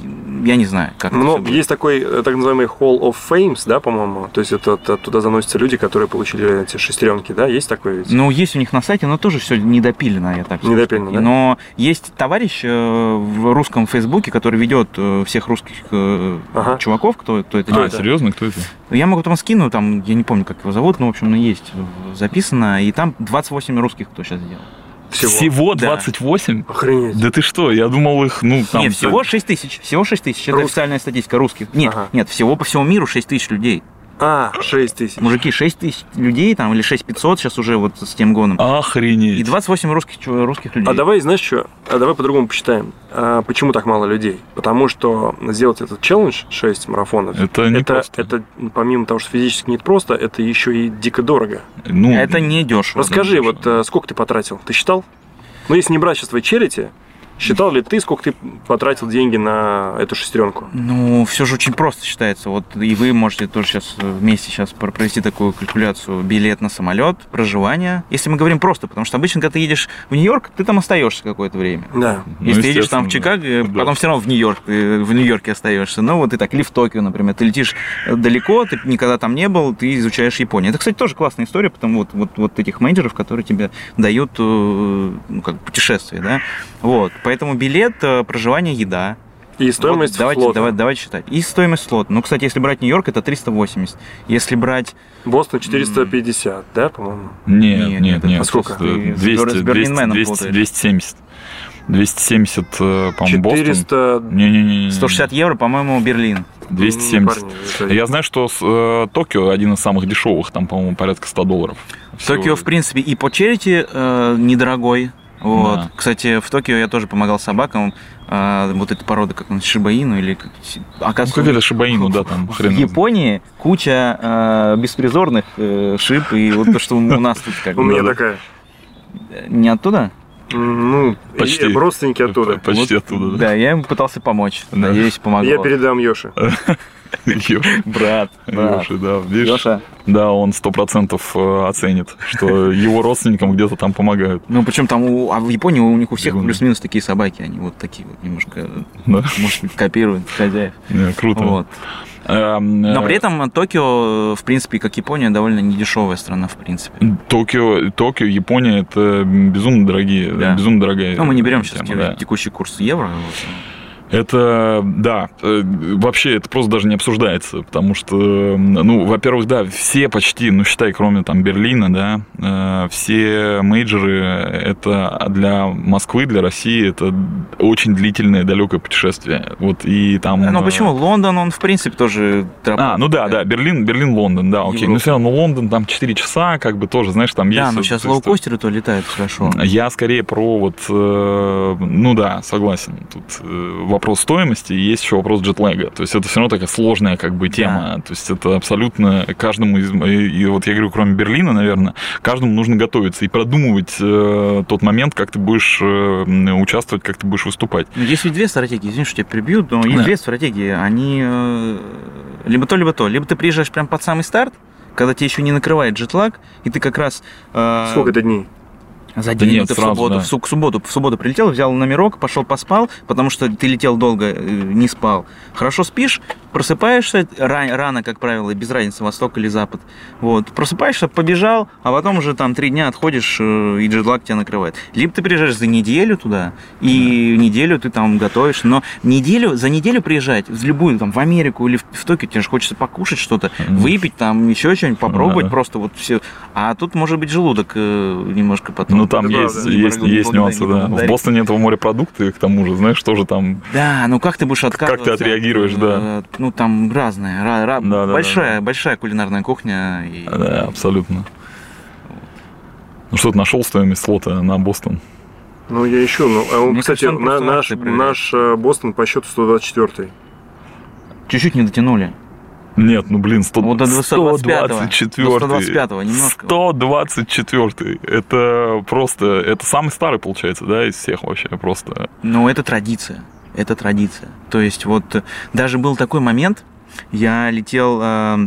я не знаю, как это Но всё будет. есть такой э, так называемый Hall of Fames, да, по-моему. То есть это, это туда заносятся люди, которые получили эти шестеренки, да? Есть такой ведь? Ну, есть у них на сайте, но тоже все недопилено, я так скажу. Недопилено, да? Но есть товарищ э, в русском Фейсбуке, который ведет э, всех русских э, Ага. чуваков, кто, кто это А, делает. серьезно, кто это? Я могу потом скину, там, я не помню, как его зовут, но, в общем, ну, есть записано, и там двадцать восемь русских, кто сейчас сделал. Всего. Всего Да. двадцать восемь? Охренеть. Да ты что, я думал их, ну, там... Не, всего шесть тысяч, всего шесть тысяч, это Рус- официальная статистика русских. Нет, Ага. нет, всего по всему миру шесть тысяч людей. А, шесть тысяч. Мужики, шесть тысяч людей, там, или шесть тысяч пятьсот сейчас уже вот с тем гоном. Охренеть. И двадцать восемь русских, чу- русских людей. А давай, знаешь что, а давай по-другому посчитаем. А почему так мало людей? Потому что сделать этот челлендж шесть марафонов, Это не это, просто. это помимо того, что физически не просто, это еще и дико дорого. Ну, Это не дешево. Расскажи, да, вот э, сколько ты потратил? Ты считал? Ну, если не брать сейчас твои черити, считал ли ты, сколько ты потратил деньги на эту шестеренку? Ну, все же очень просто считается. Вот и вы можете тоже сейчас вместе сейчас про- провести такую калькуляцию. Билет на самолет, проживание. Если мы говорим просто, потому что обычно, когда ты едешь в Нью-Йорк, ты там остаешься какое-то время. Да. Ну, Если ты едешь там в естественно, Чикаго, да. потом все равно в Нью-Йорк, ты в Нью-Йорке остаешься. Ну, вот и так, или в Токио, например. Ты летишь далеко, ты никогда там не был, ты изучаешь Японию. Это, кстати, тоже классная история, потому вот, вот, вот этих менеджеров, которые тебе дают э, ну, как путешествие, да. Вот. Поэтому билет, э, проживание, еда. И стоимость Вот, давайте, флота. давайте, давайте считать. И стоимость слота. Ну, кстати, если брать Нью-Йорк, это триста восемьдесят. Если брать... Бостон четыреста пятьдесят, да, по-моему? Нет, Нет, нет, нет, нет. а сколько? Ты с двести, Бер- с Бернин Мэном двести, путаешь. двести семьдесят. двести семьдесят, э, по-моему, Бостон. четыреста... Не-не-не. сто шестьдесят евро, по-моему, Берлин. двести Не, семьдесят. парни, это- Я знаю, что с, э, Токио один из самых дешевых, там, по-моему, порядка сто долларов. Всего. Токио, в принципе, и по черити э, недорогой. Вот. Да. Кстати, в Токио я тоже помогал собакам. Э, вот эта порода, как он, Шибаину или... как- Ну, Оказывается, какая-то Шибаину, да, там, в хрен. его знает. Японии куча э, беспризорных э, шиб, и вот то, что у нас тут как У бы... меня такая. Не оттуда? Ну, Почти. и родственники оттуда. Почти оттуда, да. Да, я им пытался помочь. Да. Надеюсь, помогло. Я передам Ёше. Брат, брат. Леша, да, видишь? Леша. Да, он сто процентов оценит, что его родственникам где-то там помогают. Ну, причем там, у, а в Японии у них у всех Бегуны. плюс-минус такие собаки, они вот такие вот немножко, Да? может быть, копируют хозяев. Не, круто. Вот. Эм, Но э, при этом Токио, в принципе, как Япония, довольно недешевая страна, в принципе. Токио, Токио, Япония — это безумно дорогие, Да. безумно дорогая. Ну, мы не берем тема, сейчас да. текущий курс евро. Вот. Это, да, вообще это просто даже не обсуждается, потому что, ну, во-первых, да, все почти, ну, считай, кроме там Берлина, да, все мейджоры, это для Москвы, для России, это очень длительное, далекое путешествие, вот, и там... Ну, почему? Лондон, он, в принципе, тоже... А, ну да, да, Берлин, Берлин, Лондон, да, окей, ну, все равно Лондон, там четыре часа, как бы тоже, знаешь, там есть... Да, но сейчас лоукостеры то летают хорошо. Я скорее про вот, ну да, согласен, тут вопрос стоимости, и есть еще вопрос джетлэга. То есть это все равно такая сложная как бы тема. Да. То есть это абсолютно каждому из... И вот я говорю, кроме Берлина, наверное, каждому нужно готовиться и продумывать э, тот момент, как ты будешь э, участвовать, как ты будешь выступать. Есть ведь две стратегии, извини, что тебя прибью, но есть да. две стратегии. Они э, либо то, либо то. Либо ты приезжаешь прям под самый старт, когда тебе еще не накрывает джетлаг, и ты как раз... Э, Сколько это дней? За день, да нет, ты сразу, в субботу, да. в, в субботу, в субботу прилетел, взял номерок, пошел поспал, потому что ты летел долго, не спал. Хорошо спишь, просыпаешься рано, рано, как правило, без разницы, восток или запад. Вот, просыпаешься, побежал, а потом уже там три дня отходишь, и джетлаг тебя накрывает. Либо ты приезжаешь за неделю туда, и да. неделю ты там готовишь, но неделю, за неделю приезжать в любую, там, в Америку или в, в Токио, тебе же хочется покушать что-то, mm. выпить, там, еще что-нибудь, попробовать, да. просто вот все. А тут может быть желудок э, немножко потом. Ну, там это есть, правда, есть, есть нюансы, да. В Бостоне этого морепродукты, к тому же, знаешь, тоже там... Да, ну как ты будешь отказываться? Как ты отреагируешь, от, да. Ну, там разное, ра- ра- да, большая, да, да. большая кулинарная кухня. И... Да, абсолютно. Ну, что ты нашел стоимость слота на Бостон? Ну, я ищу. Ну, а он, Мне кстати, кажется, на, наш, наш Бостон по счету сто двадцать четыре. Чуть-чуть не дотянули. Нет, ну блин, сто, вот до сто двадцать четыре. сто двадцать пятого немножко. сто двадцать четыре. Это просто, это самый старый, получается, да, из всех вообще просто. Ну, это традиция. Это традиция. То есть вот даже был такой момент, я летел, э,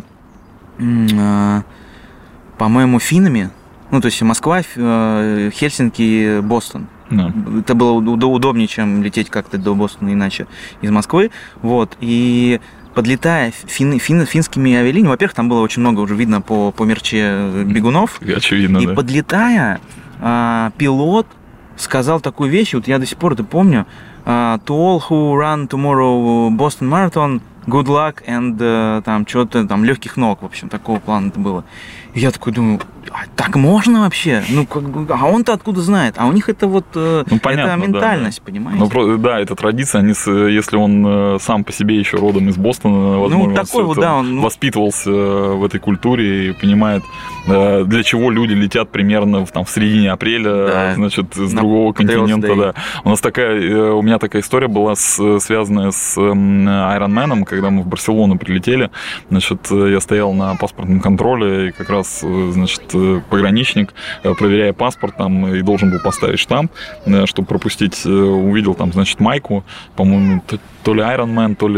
э, по-моему, финнами, ну, то есть Москва, э, Хельсинки, Бостон. No. Это было удобнее, чем лететь как-то до Бостона иначе из Москвы. Вот, и... Подлетая фин, фин, финскими авиалиниями, во-первых, там было очень много уже видно по, по мерче бегунов. Очевидно, и да. подлетая, а, пилот сказал такую вещь, вот я до сих пор это помню, а, to all who run tomorrow Boston Marathon, good luck and uh, там что-то там легких ног, в общем, такого плана это было. И я такой думаю, а так можно вообще? Ну, как бы, а он-то откуда знает? А у них это вот, ну, понятно, это ментальность, да, понимаете? Ну, да, это традиция, они, если он сам по себе еще родом из Бостона, возможно, ну, такой вот, да, он, воспитывался в этой культуре и понимает, для чего люди летят примерно в, там, в середине апреля, да, значит, с другого континента. Да. У нас такая, у меня такая история была, с, связанная с Ironman'ом, когда мы в Барселону прилетели, значит, я стоял на паспортном контроле, и как раз, значит, пограничник, проверяя паспорт, там, и должен был поставить штамп, чтобы пропустить, увидел там, значит, майку, по-моему, то, то ли Ironman, то ли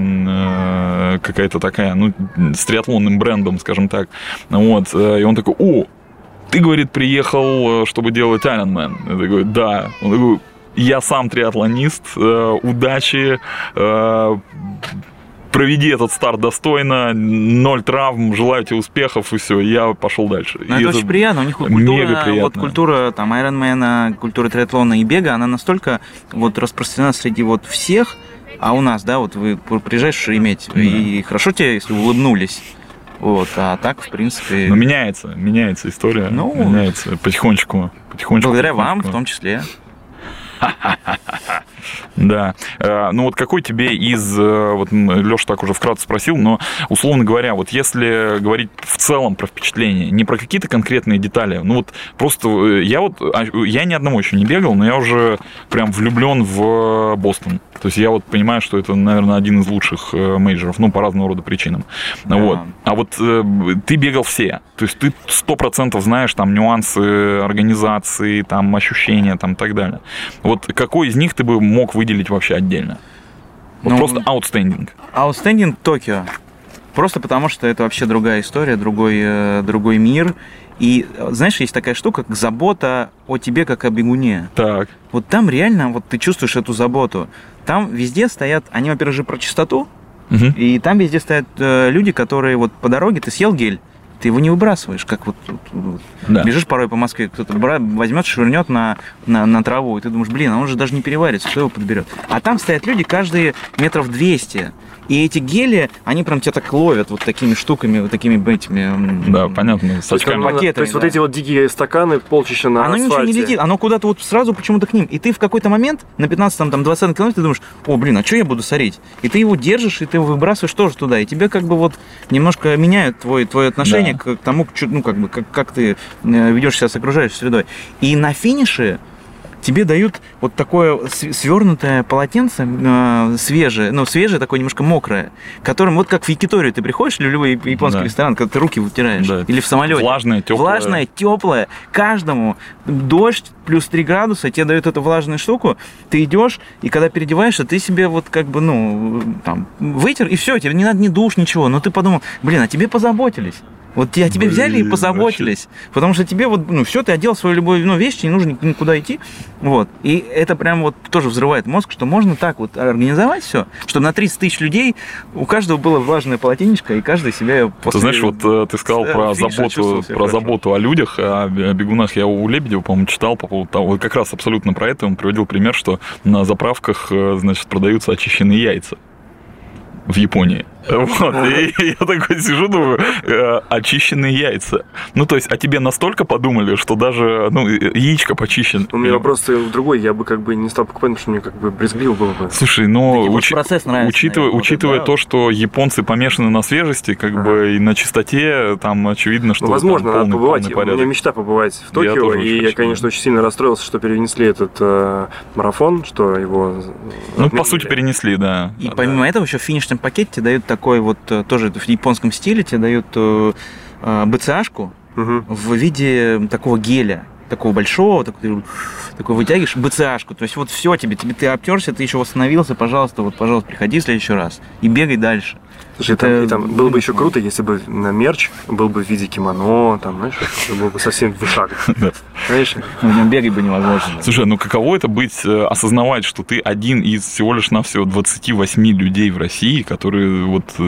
э, какая-то такая, ну, с триатлонным брендом, скажем так, вот, и он такой, о, ты, говорит, приехал, чтобы делать Ironman? Я такой, да. Он такой, я сам триатлонист, э, удачи, э, проведи этот старт достойно, ноль травм, желаю тебе успехов, и все, я пошел дальше. Ну, это, это очень приятно, у них культура, вот культура там Ironman, культура триатлона и бега, она настолько вот распространена среди вот всех, а у нас, да, вот вы приезжаешь в Шереметьево, да. И хорошо тебе, если улыбнулись. Вот, а так, в принципе... Но меняется, меняется история, ну, меняется потихонечку, потихонечку. Благодаря потихонечку. вам, в том числе. Да. Ну вот какой тебе из... Вот Леша так уже вкратце спросил, но, условно говоря, вот если говорить в целом про впечатления, не про какие-то конкретные детали, ну вот просто я вот... Я ни одного еще не бегал, но я уже прям влюблен в Бостон. То есть я вот понимаю, что это, наверное, один из лучших мейджоров, ну, по разного рода причинам. Да. Вот. А вот э, ты бегал все. То есть ты сто процентов знаешь там нюансы организации, там ощущения, там и так далее. Вот какой из них ты бы мог выделить вообще отдельно? Вот ну, просто outstanding. Outstanding Токио. Просто потому, что это вообще другая история, другой, э, другой мир. И, знаешь, есть такая штука, как забота о тебе, как о бегуне. Так. Вот там реально, вот ты чувствуешь эту заботу. Там везде стоят, они, во-первых, же про чистоту, угу. И там везде стоят э, люди, которые вот по дороге, ты съел гель, ты его не выбрасываешь, как вот, вот, вот. Да. Бежишь порой по Москве, кто-то возьмет, швырнет на, на, на траву, и ты думаешь, блин, а он же даже не переварится, кто его подберет. А там стоят люди каждые метров двести. И эти гели, они прям тебя так ловят вот такими штуками, вот такими этими... Да, понятно, с очками. Пакетами, то есть да. вот эти вот дикие стаканы, полчища на оно асфальте. ничего не летит, оно куда-то вот сразу почему-то к ним. И ты в какой-то момент на пятнадцатом, там, двадцатом километре думаешь, о, блин, а что я буду сорить? И ты его держишь, и ты его выбрасываешь тоже туда. И тебе как бы вот немножко меняют твой, твое отношение Да. к тому, ну, как бы, как, как ты ведешь себя с окружающей средой. И на финише тебе дают вот такое свернутое полотенце э, свежее, ну, свежее, такое немножко мокрое, которым, вот как в якиторию ты приходишь, или в любой японский Да. ресторан, когда ты руки вытираешь, Да. или в самолете. Влажное, теплое. Влажное, теплое. Каждому дождь, плюс три градуса, тебе дают эту влажную штуку, ты идешь, и когда переодеваешься, ты себе вот как бы, ну, там, вытер, и все, тебе не надо ни душ, ничего. Но ты подумал, блин, а тебе позаботились. Вот тебя тебе взяли и Блин, позаботились. Потому что тебе вот, ну, все, ты одел свою любую ну, вещь, не нужно никуда идти. Вот. И это прям вот тоже взрывает мозг, что можно так вот организовать все, чтобы на тридцать тысяч людей у каждого было влажное полотенечко, и каждый себя после... Ты знаешь, вот э, ты сказал Да, про финиша заботу, чувствовал себя про хорошо. заботу о людях, о бегунах. Я у Лебедева, по-моему, читал по поводу того, вот как раз абсолютно про это. Он приводил пример, что на заправках, э, значит, продаются очищенные яйца в Японии. Вот. И я такой сижу, думаю, э, очищенные яйца. Ну, то есть, а тебе настолько подумали, что даже, ну, яичко почищено. У меня вопрос другой, я бы как бы не стал покупать, потому что мне как бы брезгливо было бы. Слушай, ну, Так и вот учи- процесс нравится, учитывая, наверное, вот учитывая это, да. то, что японцы помешаны на свежести, как Ага. бы и на чистоте, там очевидно, что Ну, возможно, там надо полный, побывать. полный У меня порядок. мечта побывать в Я Токио, тоже очень и я, хочу, конечно, да. очень сильно расстроился, что перенесли этот э, марафон, что его... Ну, отменили. по сути, перенесли, да. И помимо этого еще в финишном пакете тебе дают такой вот, э, тоже в японском стиле, тебе дают э, э, БЦАшку Мгм. в виде такого геля, такого большого, такой, такой вытягиваешь БЦАшку. То есть вот все тебе, тебе ты обтерся, ты еще восстановился, пожалуйста, вот, пожалуйста, приходи в следующий раз и бегай дальше. Слушай, Это- там, и там было бы еще круто, если бы на мерч был бы в виде кимоно, там, знаешь, это было бы совсем в шаг. Да. Знаешь? В нем бегать бы невозможно. Слушай, ну каково это быть, э, осознавать, что ты один из всего лишь навсего двадцати восьми людей в России, которые вот э,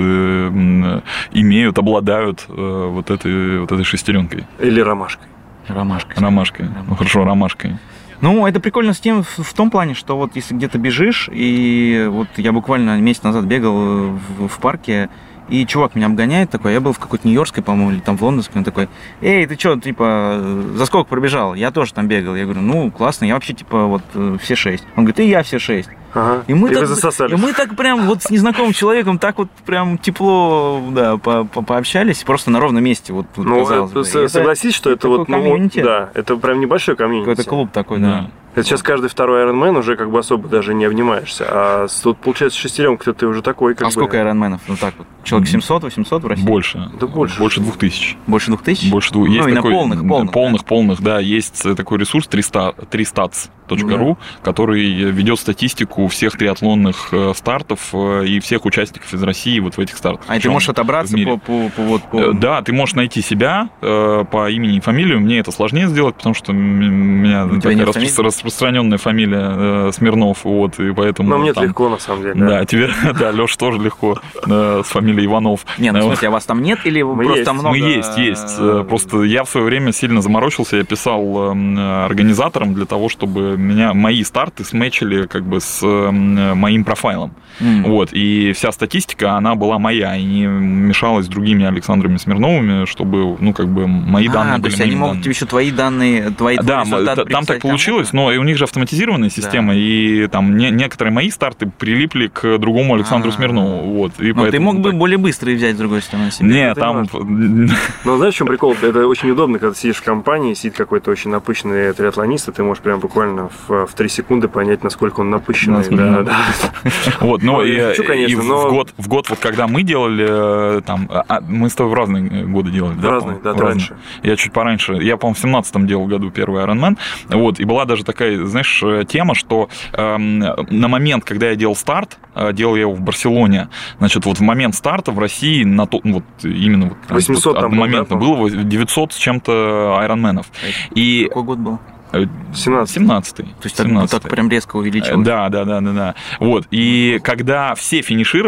м, имеют, обладают э, вот этой, вот этой шестеренкой, Или ромашкой. Ромашка. ромашкой. Ну хорошо, ромашкой. Ну, это прикольно с тем, в, в том плане, что вот если где-то бежишь, и вот я буквально месяц назад бегал в, в парке, и чувак меня обгоняет такой, я был в какой-то нью-йоркской, по-моему, или там в лондонской, он такой, эй, ты что, типа, за сколько пробежал? Я тоже там бегал. Я говорю, ну, классно, я вообще, типа, вот э, все шесть. Он говорит, и я все шесть. Ага. И мы, И так, вы засосались. и мы так прям вот с незнакомым человеком так вот прям тепло, да, по по пообщались, просто на ровном месте, вот, вот, Ну, казалось бы. с- И это согласись, что это такой вот, ну, комьюнити. да, это прям небольшой комьюнити. Какой-то клуб такой, да. Это сейчас каждый второй Ironman уже как бы особо даже не обнимаешься. А с- тут, получается, шестеренка ты уже такой, как А бы... сколько айронменов? Ну так вот. Человек семьсот-восемьсот в России? Больше. Да больше. Больше двух тысяч. Больше двух тысяч? Больше двух. Ну, Есть и на такой, полных, полных, полных, да. полных, да. Есть такой ресурс тристатс точка ру, который ведет статистику всех триатлонных э, стартов э, и всех участников из России вот в этих стартах. А и ты Причем можешь отобраться в мире. по, по, по, вот, по... Э, Да, ты можешь найти себя э, по имени и фамилию. Мне это сложнее сделать, потому что м- у меня У тебя такая нет распро- фамилии? распространенная фамилия э, Смирнов, вот, и поэтому... Но мне там- легко, на самом деле. Да, тебе, да, Леша тоже легко э, с фамилией Иванов. Не, ну в Э, смысле, а вас там нет или Мы просто есть. много... Мы есть, есть. Э, Просто я в свое время сильно заморочился, я писал э, организаторам для того, чтобы меня мои старты сметчили как бы с э, моим профайлом. М. Вот, и вся статистика, она была моя, и не мешалась с другими Александрами Смирновыми, чтобы, ну, как бы, мои А, данные то были есть они моими могут данными. тебе еще твои данные, твои, твои Да, результаты м- там приписать так получилось, кому-то? но и у них же автоматизированная система, и там не- некоторые мои старты прилипли к другому Александру А. Смирнову. Вот, и Но ты поэтому мог бы так. более быстро взять с другой стороны себе. Не, это там... Но знаешь, в чем прикол? Это очень удобно, когда ты сидишь в компании, сидит какой-то очень напыщенный триатлонист, и ты можешь прям буквально в, в три секунды понять, насколько он напыщенный. Насколько Да, он да. Вот, ну Ну, и, я шучу, конечно, и в, но- в год, в год, вот когда мы делали, э, там, а, мы с тобой в разные годы делали, В да? разные, по-моему? да, В ты разные. раньше. Я чуть пораньше, я, по-моему, в семнадцатом делал году первый Ironman, вот, и была даже такая, знаешь, э, тема, что эм, на момент, когда я делал старт, э, делал я его в Барселоне, значит, вот в момент старта в России, на то, вот именно вот, восемьсот там был, одномоментно да, было девятьсот с чем-то айронменов, и Какой год был? э, семнадцать. семнадцатый. То есть так, так прям резко увеличилось. Да, да, да, да, да. Вот. И когда все финишировали,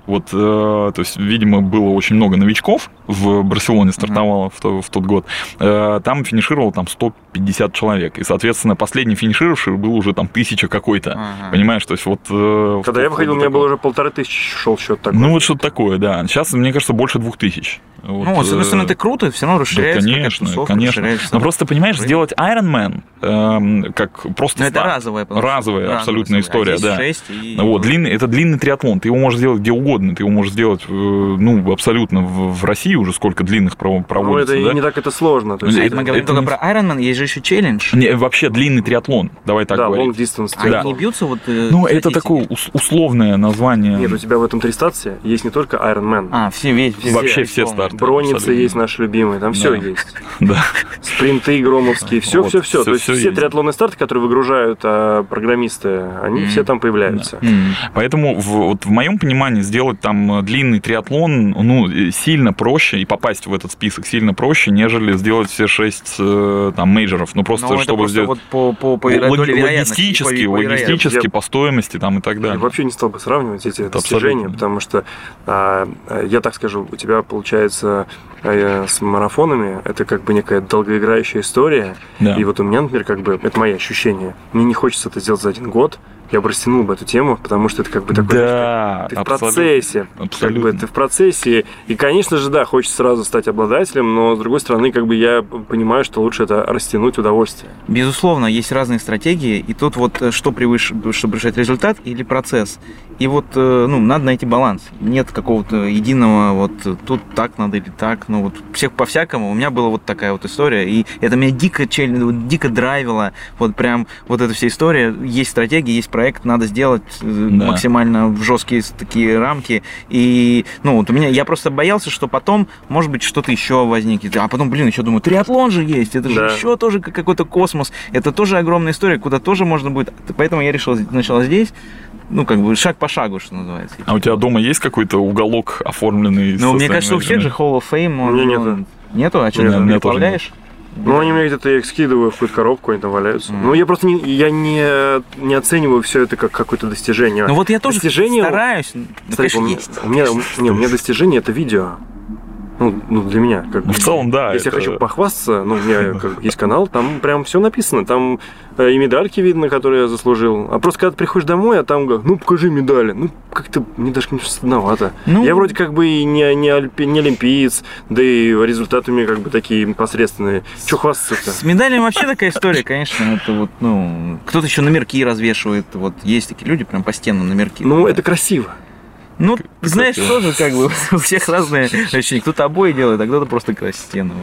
Вот, э, то есть, видимо, было очень много новичков в Барселоне стартовало mm-hmm. в, то, в тот год. Э, там финишировало там сто пятьдесят человек. И, соответственно, последний финишировавший был уже там тысяча какой-то. Uh-huh. Понимаешь? То есть вот... Э, Когда я выходил, у меня было уже полторы тысячи шел счет такой. Ну, вот что-то такое, да. Сейчас, мне кажется, больше двух тысяч. Вот, ну, с одной стороны, это круто, все равно расширяется. Да, конечно, тусовка, конечно. Но просто, понимаешь, сделать Ironman, э, как просто... Но это разовая, разовая разовая абсолютная история, да. И... Вот, длинный, это длинный триатлон. Ты его можешь сделать где угодно. Ты его можешь сделать, ну, абсолютно в, в России уже сколько длинных проводится. Ну, это да? не так это сложно. То есть это, это, мы говорим это только не... про Ironman, есть же еще челлендж. Не, вообще длинный триатлон, давай так да, говорить. long distance А да. они не бьются вот... Ну, это такое условное название. Нет, у тебя в этом три стации есть не только Ironman. А, все, весь, все вообще все старты. Броницы есть наши любимые, там да. все есть. Да. Спринты громовские, все, вот, все, все. все. То есть все, все триатлонные старты, которые выгружают а, программисты, они mm. все там появляются. Да. Mm. Поэтому в, вот в моем понимании сделать там длинный триатлон, ну, сильно проще и попасть в этот список сильно проще, нежели сделать все шесть там мейджоров. Ну просто Но чтобы просто сделать вот по, по, по логистически, по, по логистически по стоимости там и так далее. Я вообще не стал бы сравнивать эти это достижения, абсолютно. Потому что а, я так скажу, у тебя получается а, с марафонами это как бы некая долгоиграющая история. Да. И вот у меня, например, как бы это мои ощущения. Мне не хочется это сделать за один год. Я бы растянул бы эту тему, потому что это как бы такой... Да, ты в процессе. Абсолютно. Как бы ты в процессе. И, конечно же, да, хочется сразу стать обладателем, но, с другой стороны, как бы я понимаю, что лучше это растянуть удовольствие. Безусловно, есть разные стратегии, и тут вот что превыше, чтобы решать результат или процесс. И вот, ну, надо найти баланс. Нет какого-то единого, вот тут так надо или так, ну, вот всех по-всякому. У меня была вот такая вот история, и это меня дико, дико драйвило, вот прям вот эта вся история. Есть стратегия, есть проект, надо сделать да. максимально в жесткие такие рамки. И, ну, вот у меня, я просто боялся, что потом, может быть, что-то еще возникнет. А потом, блин, еще думаю, триатлон же есть, это же да. еще тоже какой-то космос, это тоже огромная история, куда тоже можно будет. Поэтому я решил сначала здесь, ну, как бы шаг по шагу, что называется. А у тебя дома есть какой-то уголок оформленный? Ну, мне кажется, у всех же Hall of Fame. У меня нету. Нету? А что, ты не управляешь? Ну, они мне где-то, я их скидываю в какую-то коробку, они там валяются. Mm. Ну, я просто не, я не, не оцениваю все это как какое-то достижение. Ну, вот я тоже достижение... стараюсь. Кстати, конечно, у, меня, есть. У, меня, у, не, у меня достижение – это видео. Ну, ну, для меня. Как ну, в целом, да. Если это... я хочу похвастаться, ну, у меня как бы, есть канал, там прям все написано. Там э, и медальки видно, которые я заслужил. А просто когда ты приходишь домой, а там говорят, ну, покажи медали. Ну, как-то мне даже, конечно, стыдновато. Ну... Я вроде как бы и не, не, альпи, не олимпиец, да и результаты у меня как бы такие посредственные. Че хвастаться-то? С медалями вообще такая история, конечно. Это вот, ну, кто-то еще номерки развешивает. Вот есть такие люди, прям по стенам номерки. Ну, это красиво. Ну, как знаешь, красиво. Тоже как бы у всех разные ощущения. Кто-то обои делает, а кто-то просто красит стену.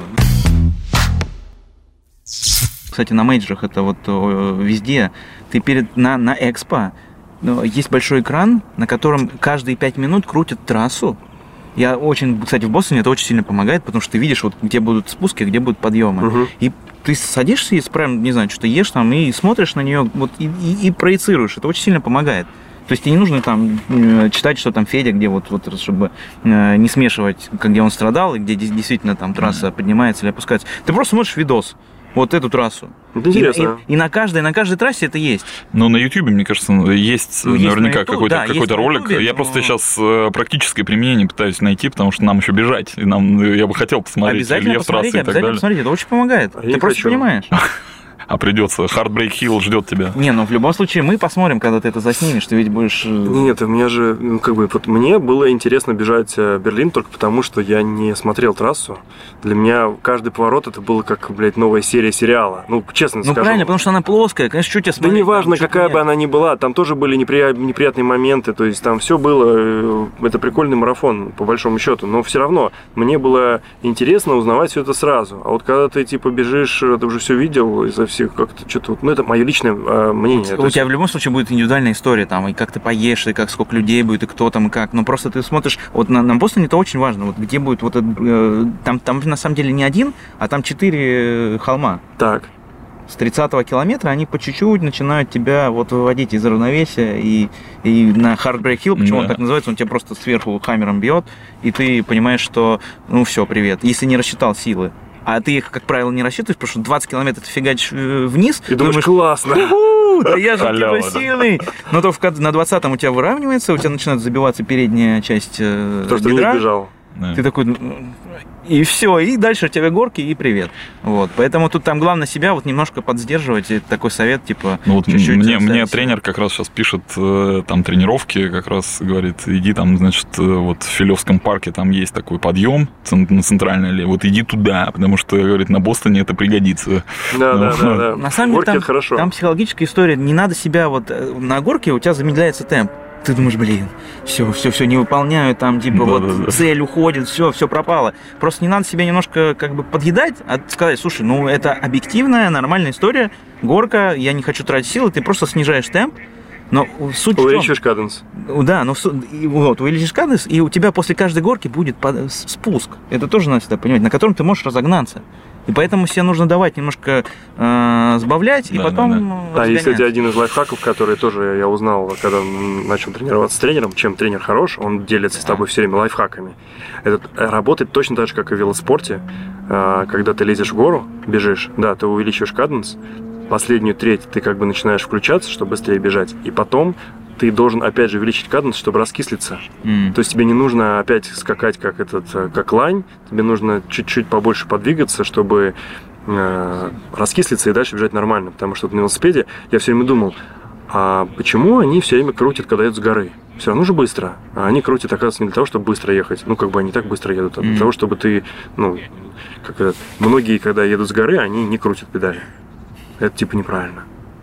Кстати, на мейджорах это вот везде. Ты перед на, на экспо есть большой экран, на котором каждые пять минут крутят трассу. Я очень, кстати, в Бостоне это очень сильно помогает, потому что ты видишь, вот, где будут спуски, где будут подъемы. Угу. И ты садишься и прям, не знаю, что-то ешь там, и смотришь на нее вот, и, и, и проецируешь. Это очень сильно помогает. То есть тебе не нужно там читать, что там Федя, где вот, вот чтобы не смешивать, где он страдал, и где действительно там трасса mm-hmm. поднимается или опускается. Ты просто смотришь видос, вот эту трассу. Это интересно. И, и, и на каждой, на каждой трассе это есть. Ну, на Ютубе, мне кажется, есть ну, наверняка есть YouTube, какой-то, да, какой-то ролик. YouTube, я но... просто сейчас практическое применение пытаюсь найти, потому что нам еще бежать. И нам, я бы хотел посмотреть рельеф трассы и так обязательно далее. Посмотрите, это очень помогает. А ты просто хочу. Понимаешь. А придется. Heartbreak Hill ждет тебя. Не, ну в любом случае мы посмотрим, когда ты это заснимешь, ты ведь будешь... Нет, у меня же, ну как бы, вот мне было интересно бежать Берлин только потому, что я не смотрел трассу. Для меня каждый поворот это было как, блядь, новая серия сериала. Ну, честно ну, скажу. Ну правильно, потому что она плоская, конечно, что тебе смотреть. Да неважно, там, какая нет. бы она ни была, там тоже были непри... неприятные моменты, то есть там все было, это прикольный марафон, по большому счету, но все равно мне было интересно узнавать все это сразу. А вот когда ты, типа, бежишь, ты уже все видел, изо всех как-то что-то ну, это мое личное э, мнение. У, у тебя в любом случае будет индивидуальная история, там, и как ты поешь, и как сколько людей будет, и кто там, и как. Но просто ты смотришь, вот на, на Бостоне это очень важно, вот где будет вот этот, э, там, там на самом деле не один, а там четыре холма. Так. С тридцатого километра они по чуть-чуть начинают тебя вот выводить из равновесия, и, и на Heartbreak Hill, почему да. он так называется, он тебя просто сверху хаммером бьет, и ты понимаешь, что, ну все, привет, если не рассчитал силы. А ты их, как правило, не рассчитываешь, потому что двадцать километров ты фигачишь вниз. И думаешь, думаешь классно. да я же Халява, типа да. сильный. Но то в кад- на двадцатом у тебя выравнивается, у тебя начинает забиваться передняя часть э, То, что не бедра. сбежал. Да. Ты такой, «Ну, и все, и дальше у тебя горки, и привет. Вот, поэтому тут там главное себя вот немножко подсдерживать. Это такой совет, типа, Ну вот чуть-чуть мне, оставить мне себя. тренер как раз сейчас пишет э, там тренировки, как раз говорит, иди там, значит, э, вот в Филевском парке там есть такой подъем цен- на центральной аллее, вот иди туда, потому что, говорит, на Бостоне это пригодится. Да, Ну, да, да, да. На самом деле Горки там, это хорошо. там психологическая история. Не надо себя вот э, на горке, у тебя замедляется темп. Ты думаешь, блин, все, все, все, не выполняю, там, типа, Да, вот да, да. цель уходит, все, все пропало. Просто не надо себя немножко как бы подъедать, а сказать, слушай, ну это объективная, нормальная история, горка, я не хочу тратить силы, ты просто снижаешь темп. Но суть в чем? Увеличиваешь каденс. Да, но су- и вот, увеличишь каденс, и у тебя после каждой горки будет под- с- спуск. Это тоже надо всегда понимать, на котором ты можешь разогнаться. И поэтому себе нужно давать немножко э, сбавлять, и Да, потом да, э, Да, есть, кстати, разгоняться. один из лайфхаков, который тоже я узнал, когда м, начал тренироваться с тренером. Чем тренер хорош, он делится с тобой все время лайфхаками. Это работает точно так же, как и в велоспорте. А, Когда ты лезешь в гору, бежишь, да, ты увеличиваешь каденс, последнюю треть ты как бы начинаешь включаться, чтобы быстрее бежать, и потом ты должен опять же увеличить каденс, чтобы раскислиться. М. То есть тебе не нужно опять скакать как этот, э, как лань, тебе нужно чуть-чуть побольше подвигаться, чтобы э, раскислиться и дальше бежать нормально. Потому что вот на велосипеде я все время думал, а почему они все время крутят, когда едут с горы? Все равно же быстро. А они крутят, оказывается, не для того, чтобы быстро ехать. Ну, как бы они так быстро едут, а для Мгм. того, чтобы ты, ну, как это, многие, когда едут с горы, они не крутят педали. Это типа неправильно.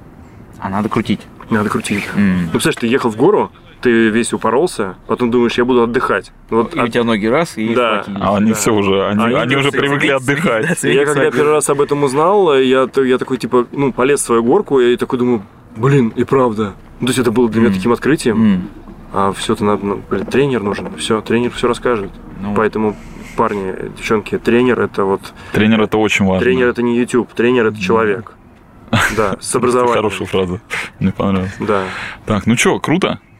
А надо крутить. Надо крутить. М. Ну, представляешь, ты ехал в гору, ты весь упоролся, потом думаешь, я буду отдыхать. Вот И у от- тебя ноги раз, и Да. схватились. А они Да. все уже, они, Они они уже цвет- привыкли цвет- отдыхать. да, цвет- Я когда свой первый раз об этом узнал, я, то- я такой, типа, ну, полез в свою горку, и такой думаю, блин, и правда. Ну, то есть это было для меня М. таким открытием. М. А все-то надо, ну, блин, тренер нужен. Все, тренер все расскажет. Ну, Поэтому, парни, девчонки, тренер это вот... Тренер это очень важно. Тренер это не YouTube, тренер это человек. Да, с образованием. Хорошая фраза. Мне понравилось. Да. Так, ну что, круто.